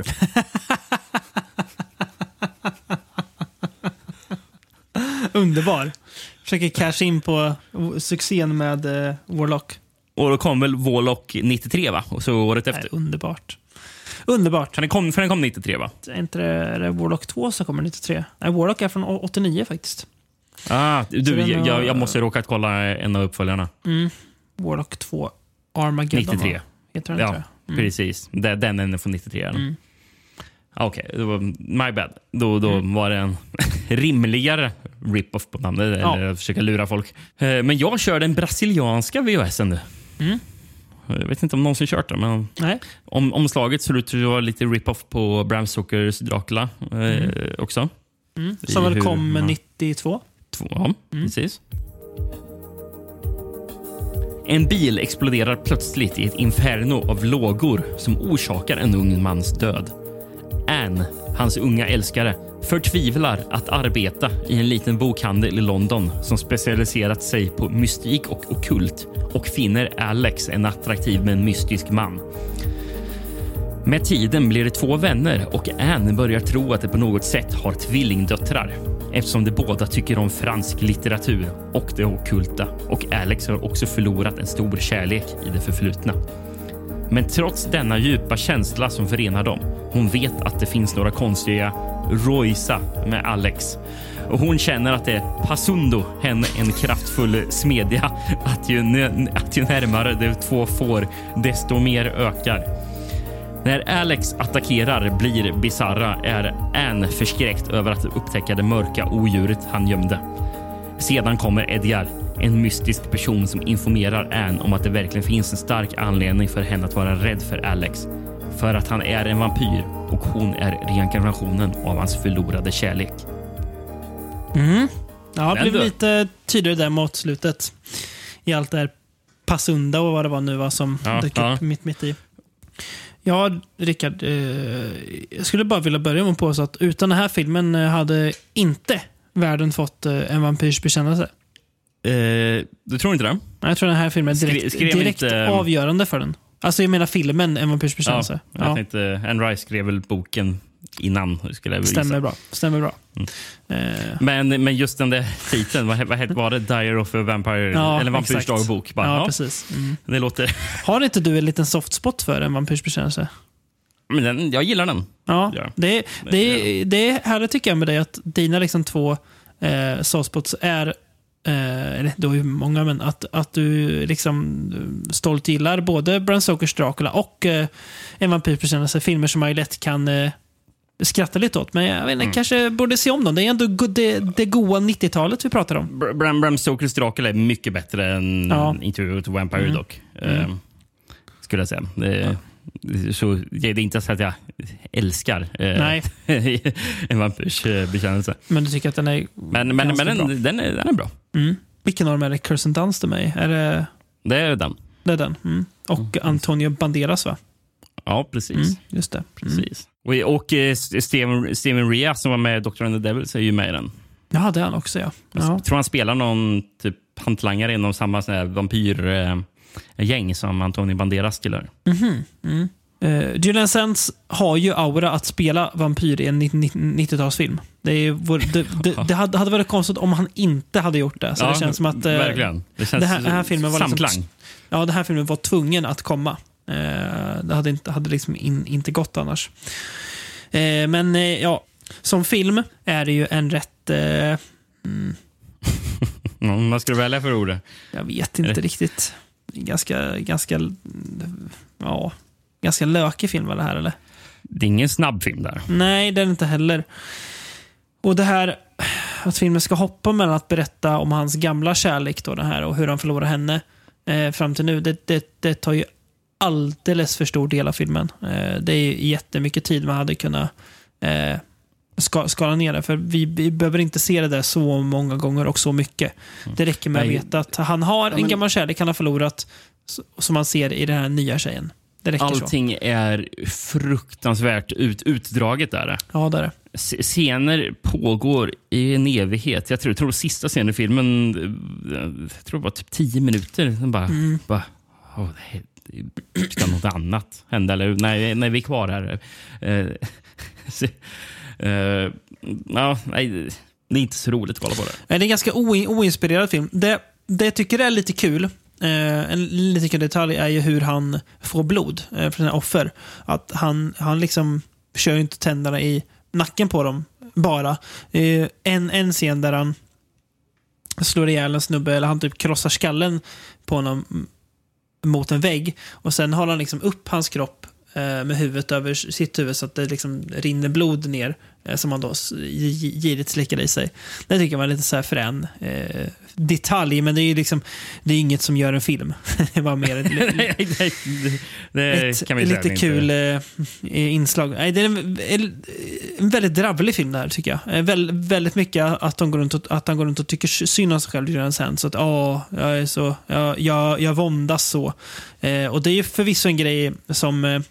Underbar. Försöker cash in på succén med uh, Warlock. Och då kom väl Warlock nittiotre, va? Och så året efter. Nej, underbart. Underbart. För den kom, för den kom nittiotre, va? Är inte det, är det Warlock två som kommer nittiotre? Nej, Warlock är från åttionio faktiskt. Ah, du, har... jag, jag måste råka kolla en av uppföljarna. Mm. Warlock två Armageddon. nittiotre. Heter den, ja, tror jag. Mm. precis. Den, den är från nittiotre. Mm. Okej, okay, my bad. Då, då mm. var det en rimligare rip-off på namnet. Ja. Eller försöka lura folk. Men jag kör den brasilianska V H S:en nu. Mm. Jag vet inte om någonsin kört det, men Nej. Om, omslaget ser ut att vara lite rip-off på Bram Stokers Dracula eh, mm. också. Mm. Som väl kom nittiotvå? Två, ja, mm. precis. En bil exploderar plötsligt i ett inferno av lågor som orsakar en ung mans död. Anne, hans unga älskare, förtvivlar att arbeta i en liten bokhandel i London som specialiserat sig på mystik och ockult och finner Alex en attraktiv men mystisk man. Med tiden blir det två vänner och Anne börjar tro att det på något sätt har tvillingdöttrar eftersom de båda tycker om fransk litteratur och det ockulta, och Alex har också förlorat en stor kärlek i det förflutna. Men trots denna djupa känsla som förenar dem, hon vet att det finns några konstiga rojsa med Alex. Och hon känner att det är passundo, henne en kraftfull smedja, att ju, att ju närmare de två får, desto mer ökar. När Alex attackerar blir bizarra är Anne förskräckt över att upptäcka det mörka odjuret han gömde. Sedan kommer Edgar, en mystisk person som informerar Anne om att det verkligen finns en stark anledning för henne att vara rädd för Alex. För att han är en vampyr och hon är reinkarnationen av hans förlorade kärlek. Mm. Ja, det blev lite tydligare där mot slutet. I allt det här Passunda och vad det var nu var som ja, dök ja. upp mitt, mitt i. Ja, Rickard, eh, jag skulle bara vilja börja med på så att utan den här filmen hade inte världen fått eh, en vampyrs bekännelse. Eh, du tror inte det? Jag tror den här filmen är direkt, skrev direkt inte, avgörande för den. Alltså jag menar filmen En vampyrs bekännelse. Ja, jag ja. tänkte, Anne Rice skrev väl boken innan. Skulle jag Stämmer bra. Stämmer bra. Mm. Eh. Men, men just den där titeln, vad, vad var det? Diary of a Vampire? Ja, eller Vampyrs dagbok. Bara, ja, ja, precis. Mm. Det låter... Har inte du en liten softspot för En vampyrs bekännelse? Men den, jag gillar den. Ja, ja. Det, det, det här tycker jag med dig att dina liksom två eh, softspots är Eh, eller då är många, men att, att du liksom stolt gillar både Bram Stokers Dracula och eh, En vampyrs bekännelse, filmer som man lätt kan eh, skratta lite åt. Men jag vet inte, mm. kanske borde se om dem. Det är ändå go- det, det goa nittiotalet vi pratar om. Bram, Bram Stokers Dracula är mycket bättre än ja. Interview with a Vampire mm. dock. Mm. Eh, skulle jag säga. Det, ja. Så det är inte så att jag älskar eh, En vampyrs bekännelse. Men du tycker att den är Men, men, men den, den, är, den är bra. Mm. Vilken av dem är det? Kirsten Dunst till mig? Är det... det är den. Det är den. Mm. Och mm. Antonio Banderas, va? Ja, precis. Mm, just det. Mm. Precis. Och, och eh, Steven, Steven Rea som var med i Doctor and the Devils är ju med i den. Ja, det är han också, ja. ja. Jag tror han spelar någon typ hantlangare inom samma sån här vampyr... Eh, gäng som Antonio Banderas tillhör. Mm-hmm. Mm. Uh, Julian Sands har ju aura att spela vampyr i en nittiotalsfilm. Det, är vår, det, det, det hade, hade varit konstigt om han inte hade gjort det. Så ja, det känns som att uh, verkligen. Det känns det här, den här filmen var samklang. Liksom, ja, den här filmen var tvungen att komma. Uh, det hade inte, hade liksom in, inte gått annars. Uh, men uh, ja, som film är det ju en rätt... Uh, mm. mm, vad ska du välja för ord? Jag vet inte riktigt. Ganska, ganska, ja, ganska lökig film var det här, eller? Det är ingen snabb film där. Nej, det är inte heller. Och det här att filmen ska hoppa mellan att berätta om hans gamla kärlek då, det här, och hur han förlorar henne eh, fram till nu, det, det, det tar ju alldeles för stor del av filmen. Eh, det är jättemycket tid man hade kunnat eh, ska, skala ner det, för vi, vi behöver inte se det där så många gånger och så mycket. Det räcker med att veta att han har en gammal kärlek han har förlorat, som man ser i den här nya tjejen. Det räcker. Allting så. är fruktansvärt ut, utdraget där. Ja, där. Scener pågår i en evighet. Jag tror, jag tror sista scenen i filmen, jag tror det var typ tio minuter. Den bara, Mm. bara oh, det ska något annat hända. Eller nej, nej, vi är kvar här. Uh, så, uh, ja, nej, det är inte så roligt att kolla på det. Nej, det är en ganska o- oinspirerad film. Det, det jag tycker är lite kul, eh, en lite kul detalj är ju hur han får blod eh, för sina offer. Att han, han liksom kör ju inte tänderna i nacken på dem bara. Eh, en, en scen där han slår ihjäl en snubbe, eller han typ krossar skallen på honom mot en vägg, och sen har han liksom upp hans kropp eh, med huvudet över sitt huvud så att det liksom rinner blod ner eh, som han då girigt slickar i sig. Det tycker jag var lite så här frän eh, detalj, men det är ju liksom, det är inget som gör en film. Det var mer ett, det, det ett kan vi lite säga, kul eh, inslag. Nej, det är en, en väldigt drabblig film där, tycker jag. Eh, väl, väldigt mycket att han går runt och, att han går runt och tycker synd om sig själv redan sen, så att åh, jag är så jag, jag, jag våndas så. Eh, och det är ju förvisso en grej som eh,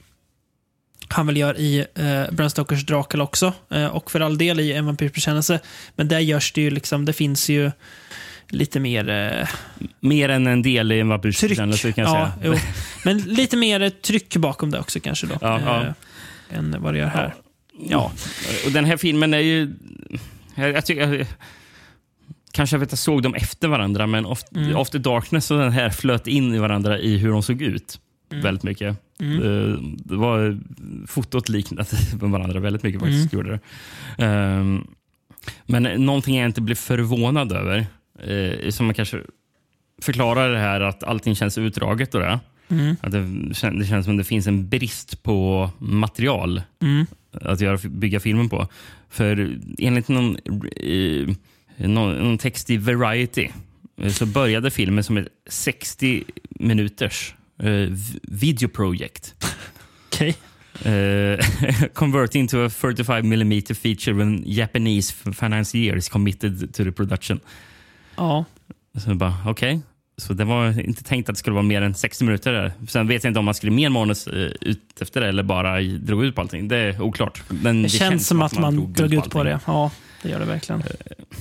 han väl gör i eh, Bram Stokers Dracula också, eh, och för all del i En vampyrbekännelse, men där görs det ju liksom, det finns ju lite mer eh, mer än en del i En vampyrbekännelse, kan jag ja, säga. Jo. Men lite mer tryck bakom det också kanske då, ja, ja. Eh, än vad det gör här. Ja. ja. Och den här filmen är ju, jag, jag tycker jag, kanske jag vet jag såg dem efter varandra, men ofta, mm. After Darkness och den här flöt in i varandra i hur de såg ut. Mm. Väldigt mycket. Mm. Uh, det var fotot liknande med varandra väldigt mycket faktiskt. Mm. Gjorde det. Uh, men någonting jag inte blev förvånad över, uh, som man kanske förklarar det här, att allting känns utdraget och det. Mm. Att det, det känns som det finns en brist på material mm. att göra, bygga filmen på. För enligt någon, uh, någon, någon text i Variety uh, så började filmen som ett sextio minuters Uh, video project. Okay. Uh, converting to a thirty-five millimeter feature when Japanese financiers committed to the production. Ja. Så bara, okej. Okay. Så det var inte tänkt att det skulle vara mer än sextio minuter där. Sen vet jag inte om man skulle mer manus uh, ut efter det eller bara drog ut på allting. Det är oklart. Men det, det känns, känns som att man, man drog ut på, på det. Ja, det gör det verkligen. Uh,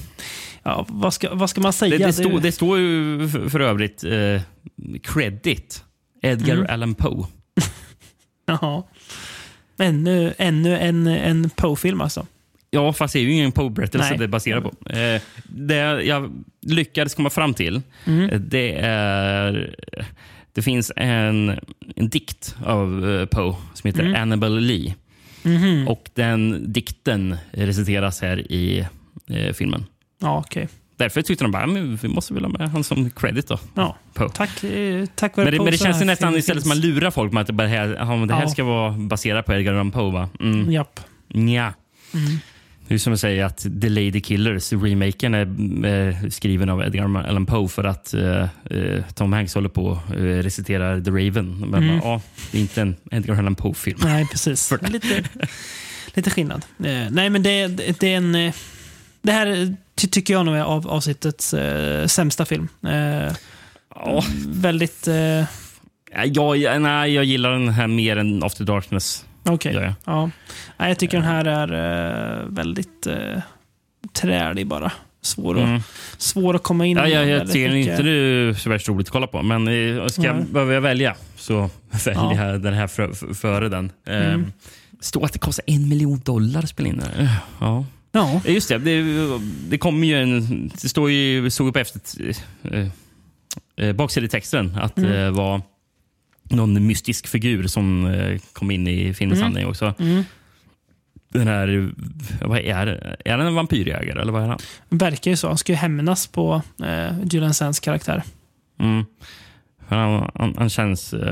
ja, vad ska, vad ska man säga? Det, det, stod, det står ju för, för övrigt uh, credit Edgar mm. Allan Poe. Jaha. Ännu, ännu en, en Poe-film alltså. Ja, fast det är ju ingen Poe-berättelse det baserar på. Eh, det jag lyckades komma fram till, mm. det är... Det finns en, en dikt av uh, Poe som heter mm. Annabel Lee. Mm-hmm. Och den dikten reciteras här i eh, filmen. Ja, okej. Okay. Därför tyckte de bara, men vi måste väl ha med han som credit då. Ja, Poe. tack, eh, tack men, det, men det känns ju nästan istället finns. som man lurar folk med att det, bara här, aha, det här ja. ska vara baserat på Edgar Allan Poe, va? Mm. Japp. Ja. Mm. Det är som att säga att The Lady Killers, remaken, är eh, skriven av Edgar Allan Poe för att eh, Tom Hanks håller på att eh, recitera The Raven. Men Mm. bara, ja, det är inte en Edgar Allan Poe-film. Nej, precis. lite, lite skillnad. Eh, nej, men det, det, det är en... Eh, det här ty- tycker jag nog är av avsittets eh, sämsta film. Eh, ja. Väldigt... Eh... Jag, nej, jag gillar den här mer än After Darkness. Okej. Okay. Ja. Nej, jag tycker den här är eh, väldigt eh, trälig bara. Svår, mm. att, svår att komma in ja, i. Jag, jag tycker mycket. Inte det är så värst roligt att kolla på. Men eh, ska jag, behöver jag välja så väljer jag ja. den här för, före den. Eh, mm. Står att det kostar en miljon dollar att spela in det. Ja. Ja. Just det, det, det kommer ju en... Det står ju, såg på efter eh, eh, baksidetexten att det mm. eh, var någon mystisk figur som eh, kom in i filmens mm. handling också. Mm. Den här, vad är det? Är han en vampyrjägare eller vad är han? Verkar ju så. Han ska ju hämnas på eh, Julian Sands karaktär. Mm. Han, han, han känns... Eh,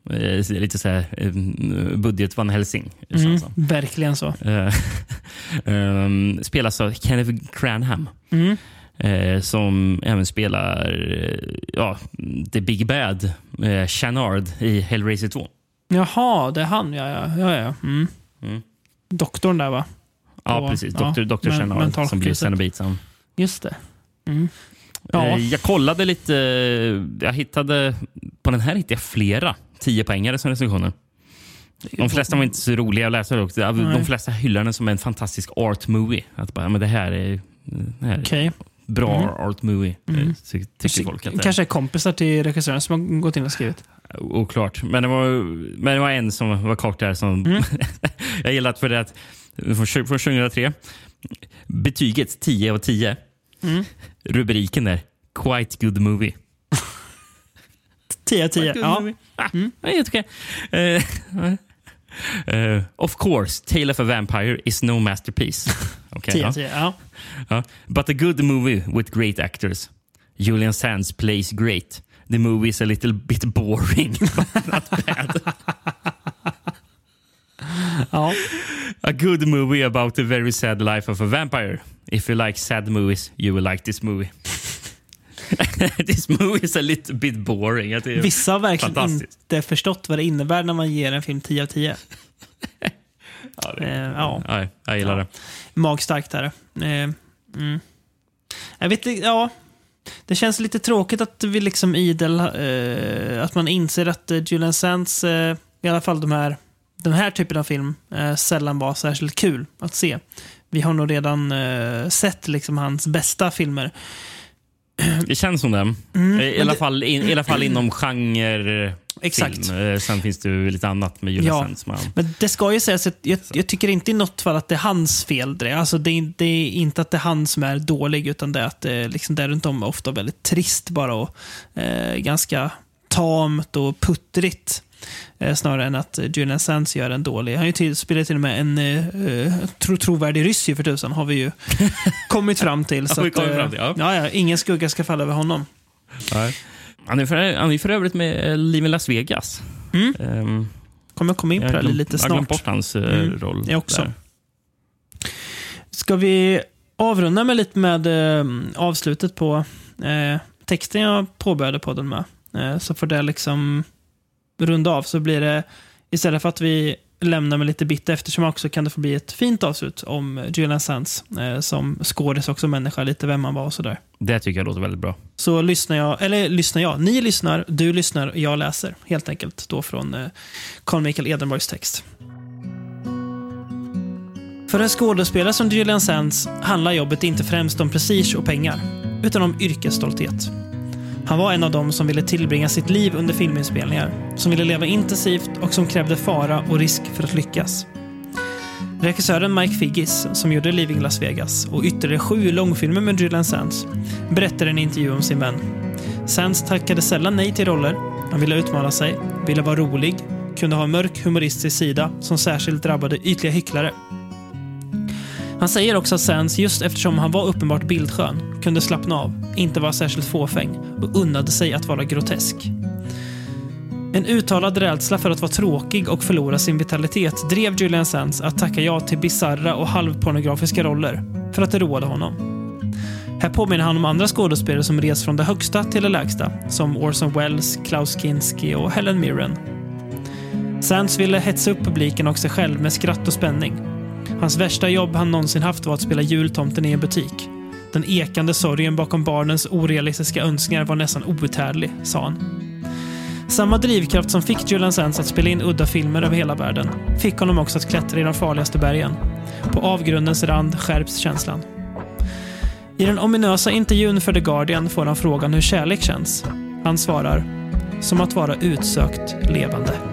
Eh, lite så här eh, budget Van Helsing. Mm, verkligen så. Eh, um, spelas av Kenneth Cranham. Mm. Eh, som även spelar eh, ja, The Big Bad eh, Shanard i Hellraiser två. Jaha, det är han. Ja, ja, ja, ja. Mm. Mm. Doktorn där, va? Ja, Och, precis. Doktor, ja, Doktor men, Shanard som blir Cenobite. Just det. Mm. Ja. Eh, jag kollade lite. Jag hittade på den här hittade jag flera tio poängare som recensioner. De flesta var inte så roliga att läsa dock. De Nej. flesta hyllar den som en fantastisk art movie. Att bara, men det här är, det här är Okay. bra Mm. art movie. Mm. Ty, tycker folk att det kanske är kompisar till regissören som har gått in och skrivit. Oklart. Men det var, men det var en som var kort där som Mm. jag gillat för det att från tjugohundratre betyget tio av tio. Mm. Rubriken där Quite good movie. tio av tio. Ja. Ah, mm. Jag tycker. Uh, uh, of course, Tale of a Vampire is no masterpiece. Okay, tio av tio, ja. ja. But a good movie with great actors. Julian Sands plays great. The movie is a little bit boring. Not bad. Ja. A good movie about the very sad life of a vampire. If you like sad movies, you will like this movie. This movie is a little bit boring. Vissa har verkligen inte förstått vad det innebär när man ger en film tio av tio. Ja, det, eh, ja. ja, jag gillar ja. det. Magstarkt här. Eh, mm. Jag vet inte, ja. Det känns lite tråkigt att vi liksom idel eh, att man inser att eh, Julian Sands eh, i alla fall de här den här typen av film eh, sällan var särskilt kul att se. Vi har nog redan eh, sett liksom hans bästa filmer. Det känns som det. Mm, I, alla det, fall, in, I alla fall inom genre exakt. Film. Sen finns det ju lite annat med Julian ja, Sands. Man. Men det ska ju sägas att jag, jag tycker inte i något fall att det är hans fel. Det. Alltså det, är, det är inte att det är han som är dålig, utan det är att det liksom där runt om är ofta väldigt trist bara och eh, ganska tamt och puttrigt. Eh, snarare än att Julian Sands gör en dålig. Han har ju till, spelat till och med en eh, tro, trovärdig ryss för tusan, har vi ju kommit fram till. Så att, fram till ja. Ja, ja, ingen skugga ska falla över honom. Nej. Han är för, han är för övrigt med Liv i Las Vegas. Mm. Um, Kommer komma in på det glöm, lite snart. Jag har glömt bort hans uh, mm. roll. Jag också. Där. Ska vi avrunda med lite med eh, avslutet på eh, texten jag påbörjade på den med. Eh, så får det liksom runda av, så blir det istället för att vi lämnar med lite bitter eftersom också kan det få bli ett fint avslut om Julian Sands eh, som skådis också människa, lite vem man var och sådär. Det tycker jag låter väldigt bra. Så lyssnar jag, eller lyssnar jag, ni lyssnar, du lyssnar, jag läser helt enkelt då från eh, Carl Michael Edenborgs text. För en skådespelare som Julian Sands handlar jobbet inte främst om prestige och pengar, utan om yrkesstolthet. Han var en av dem som ville tillbringa sitt liv under filminspelningar, som ville leva intensivt och som krävde fara och risk för att lyckas. Regissören Mike Figgis, som gjorde Leaving Las Vegas och ytterligare sju långfilmer med Julian Sands, berättade i en intervju om sin vän. Sands tackade sällan nej till roller. Han ville utmana sig, ville vara rolig, kunde ha en mörk humoristisk sida som särskilt drabbade ytliga hycklare. Han säger också att Sands, just eftersom han var uppenbart bildskön, kunde slappna av, inte vara särskilt fåfäng och unnade sig att vara grotesk. En uttalad rädsla för att vara tråkig och förlora sin vitalitet drev Julian Sands att tacka ja till bizarra och halvpornografiska roller för att det roade honom. Här påminner han om andra skådespelare som res från det högsta till det lägsta, som Orson Welles, Klaus Kinski och Helen Mirren. Sands ville hetsa upp publiken och sig själv med skratt och spänning. Hans värsta jobb han någonsin haft var att spela jultomten i en butik. Den ekande sorgen bakom barnens orealistiska önskningar var nästan outhärdlig, sa han. Samma drivkraft som fick Julian Sands att spela in udda filmer över hela världen fick honom också att klättra i de farligaste bergen. På avgrundens rand skärps känslan. I den ominösa intervjun för The Guardian får han frågan hur kärlek känns. Han svarar, som att vara utsökt levande.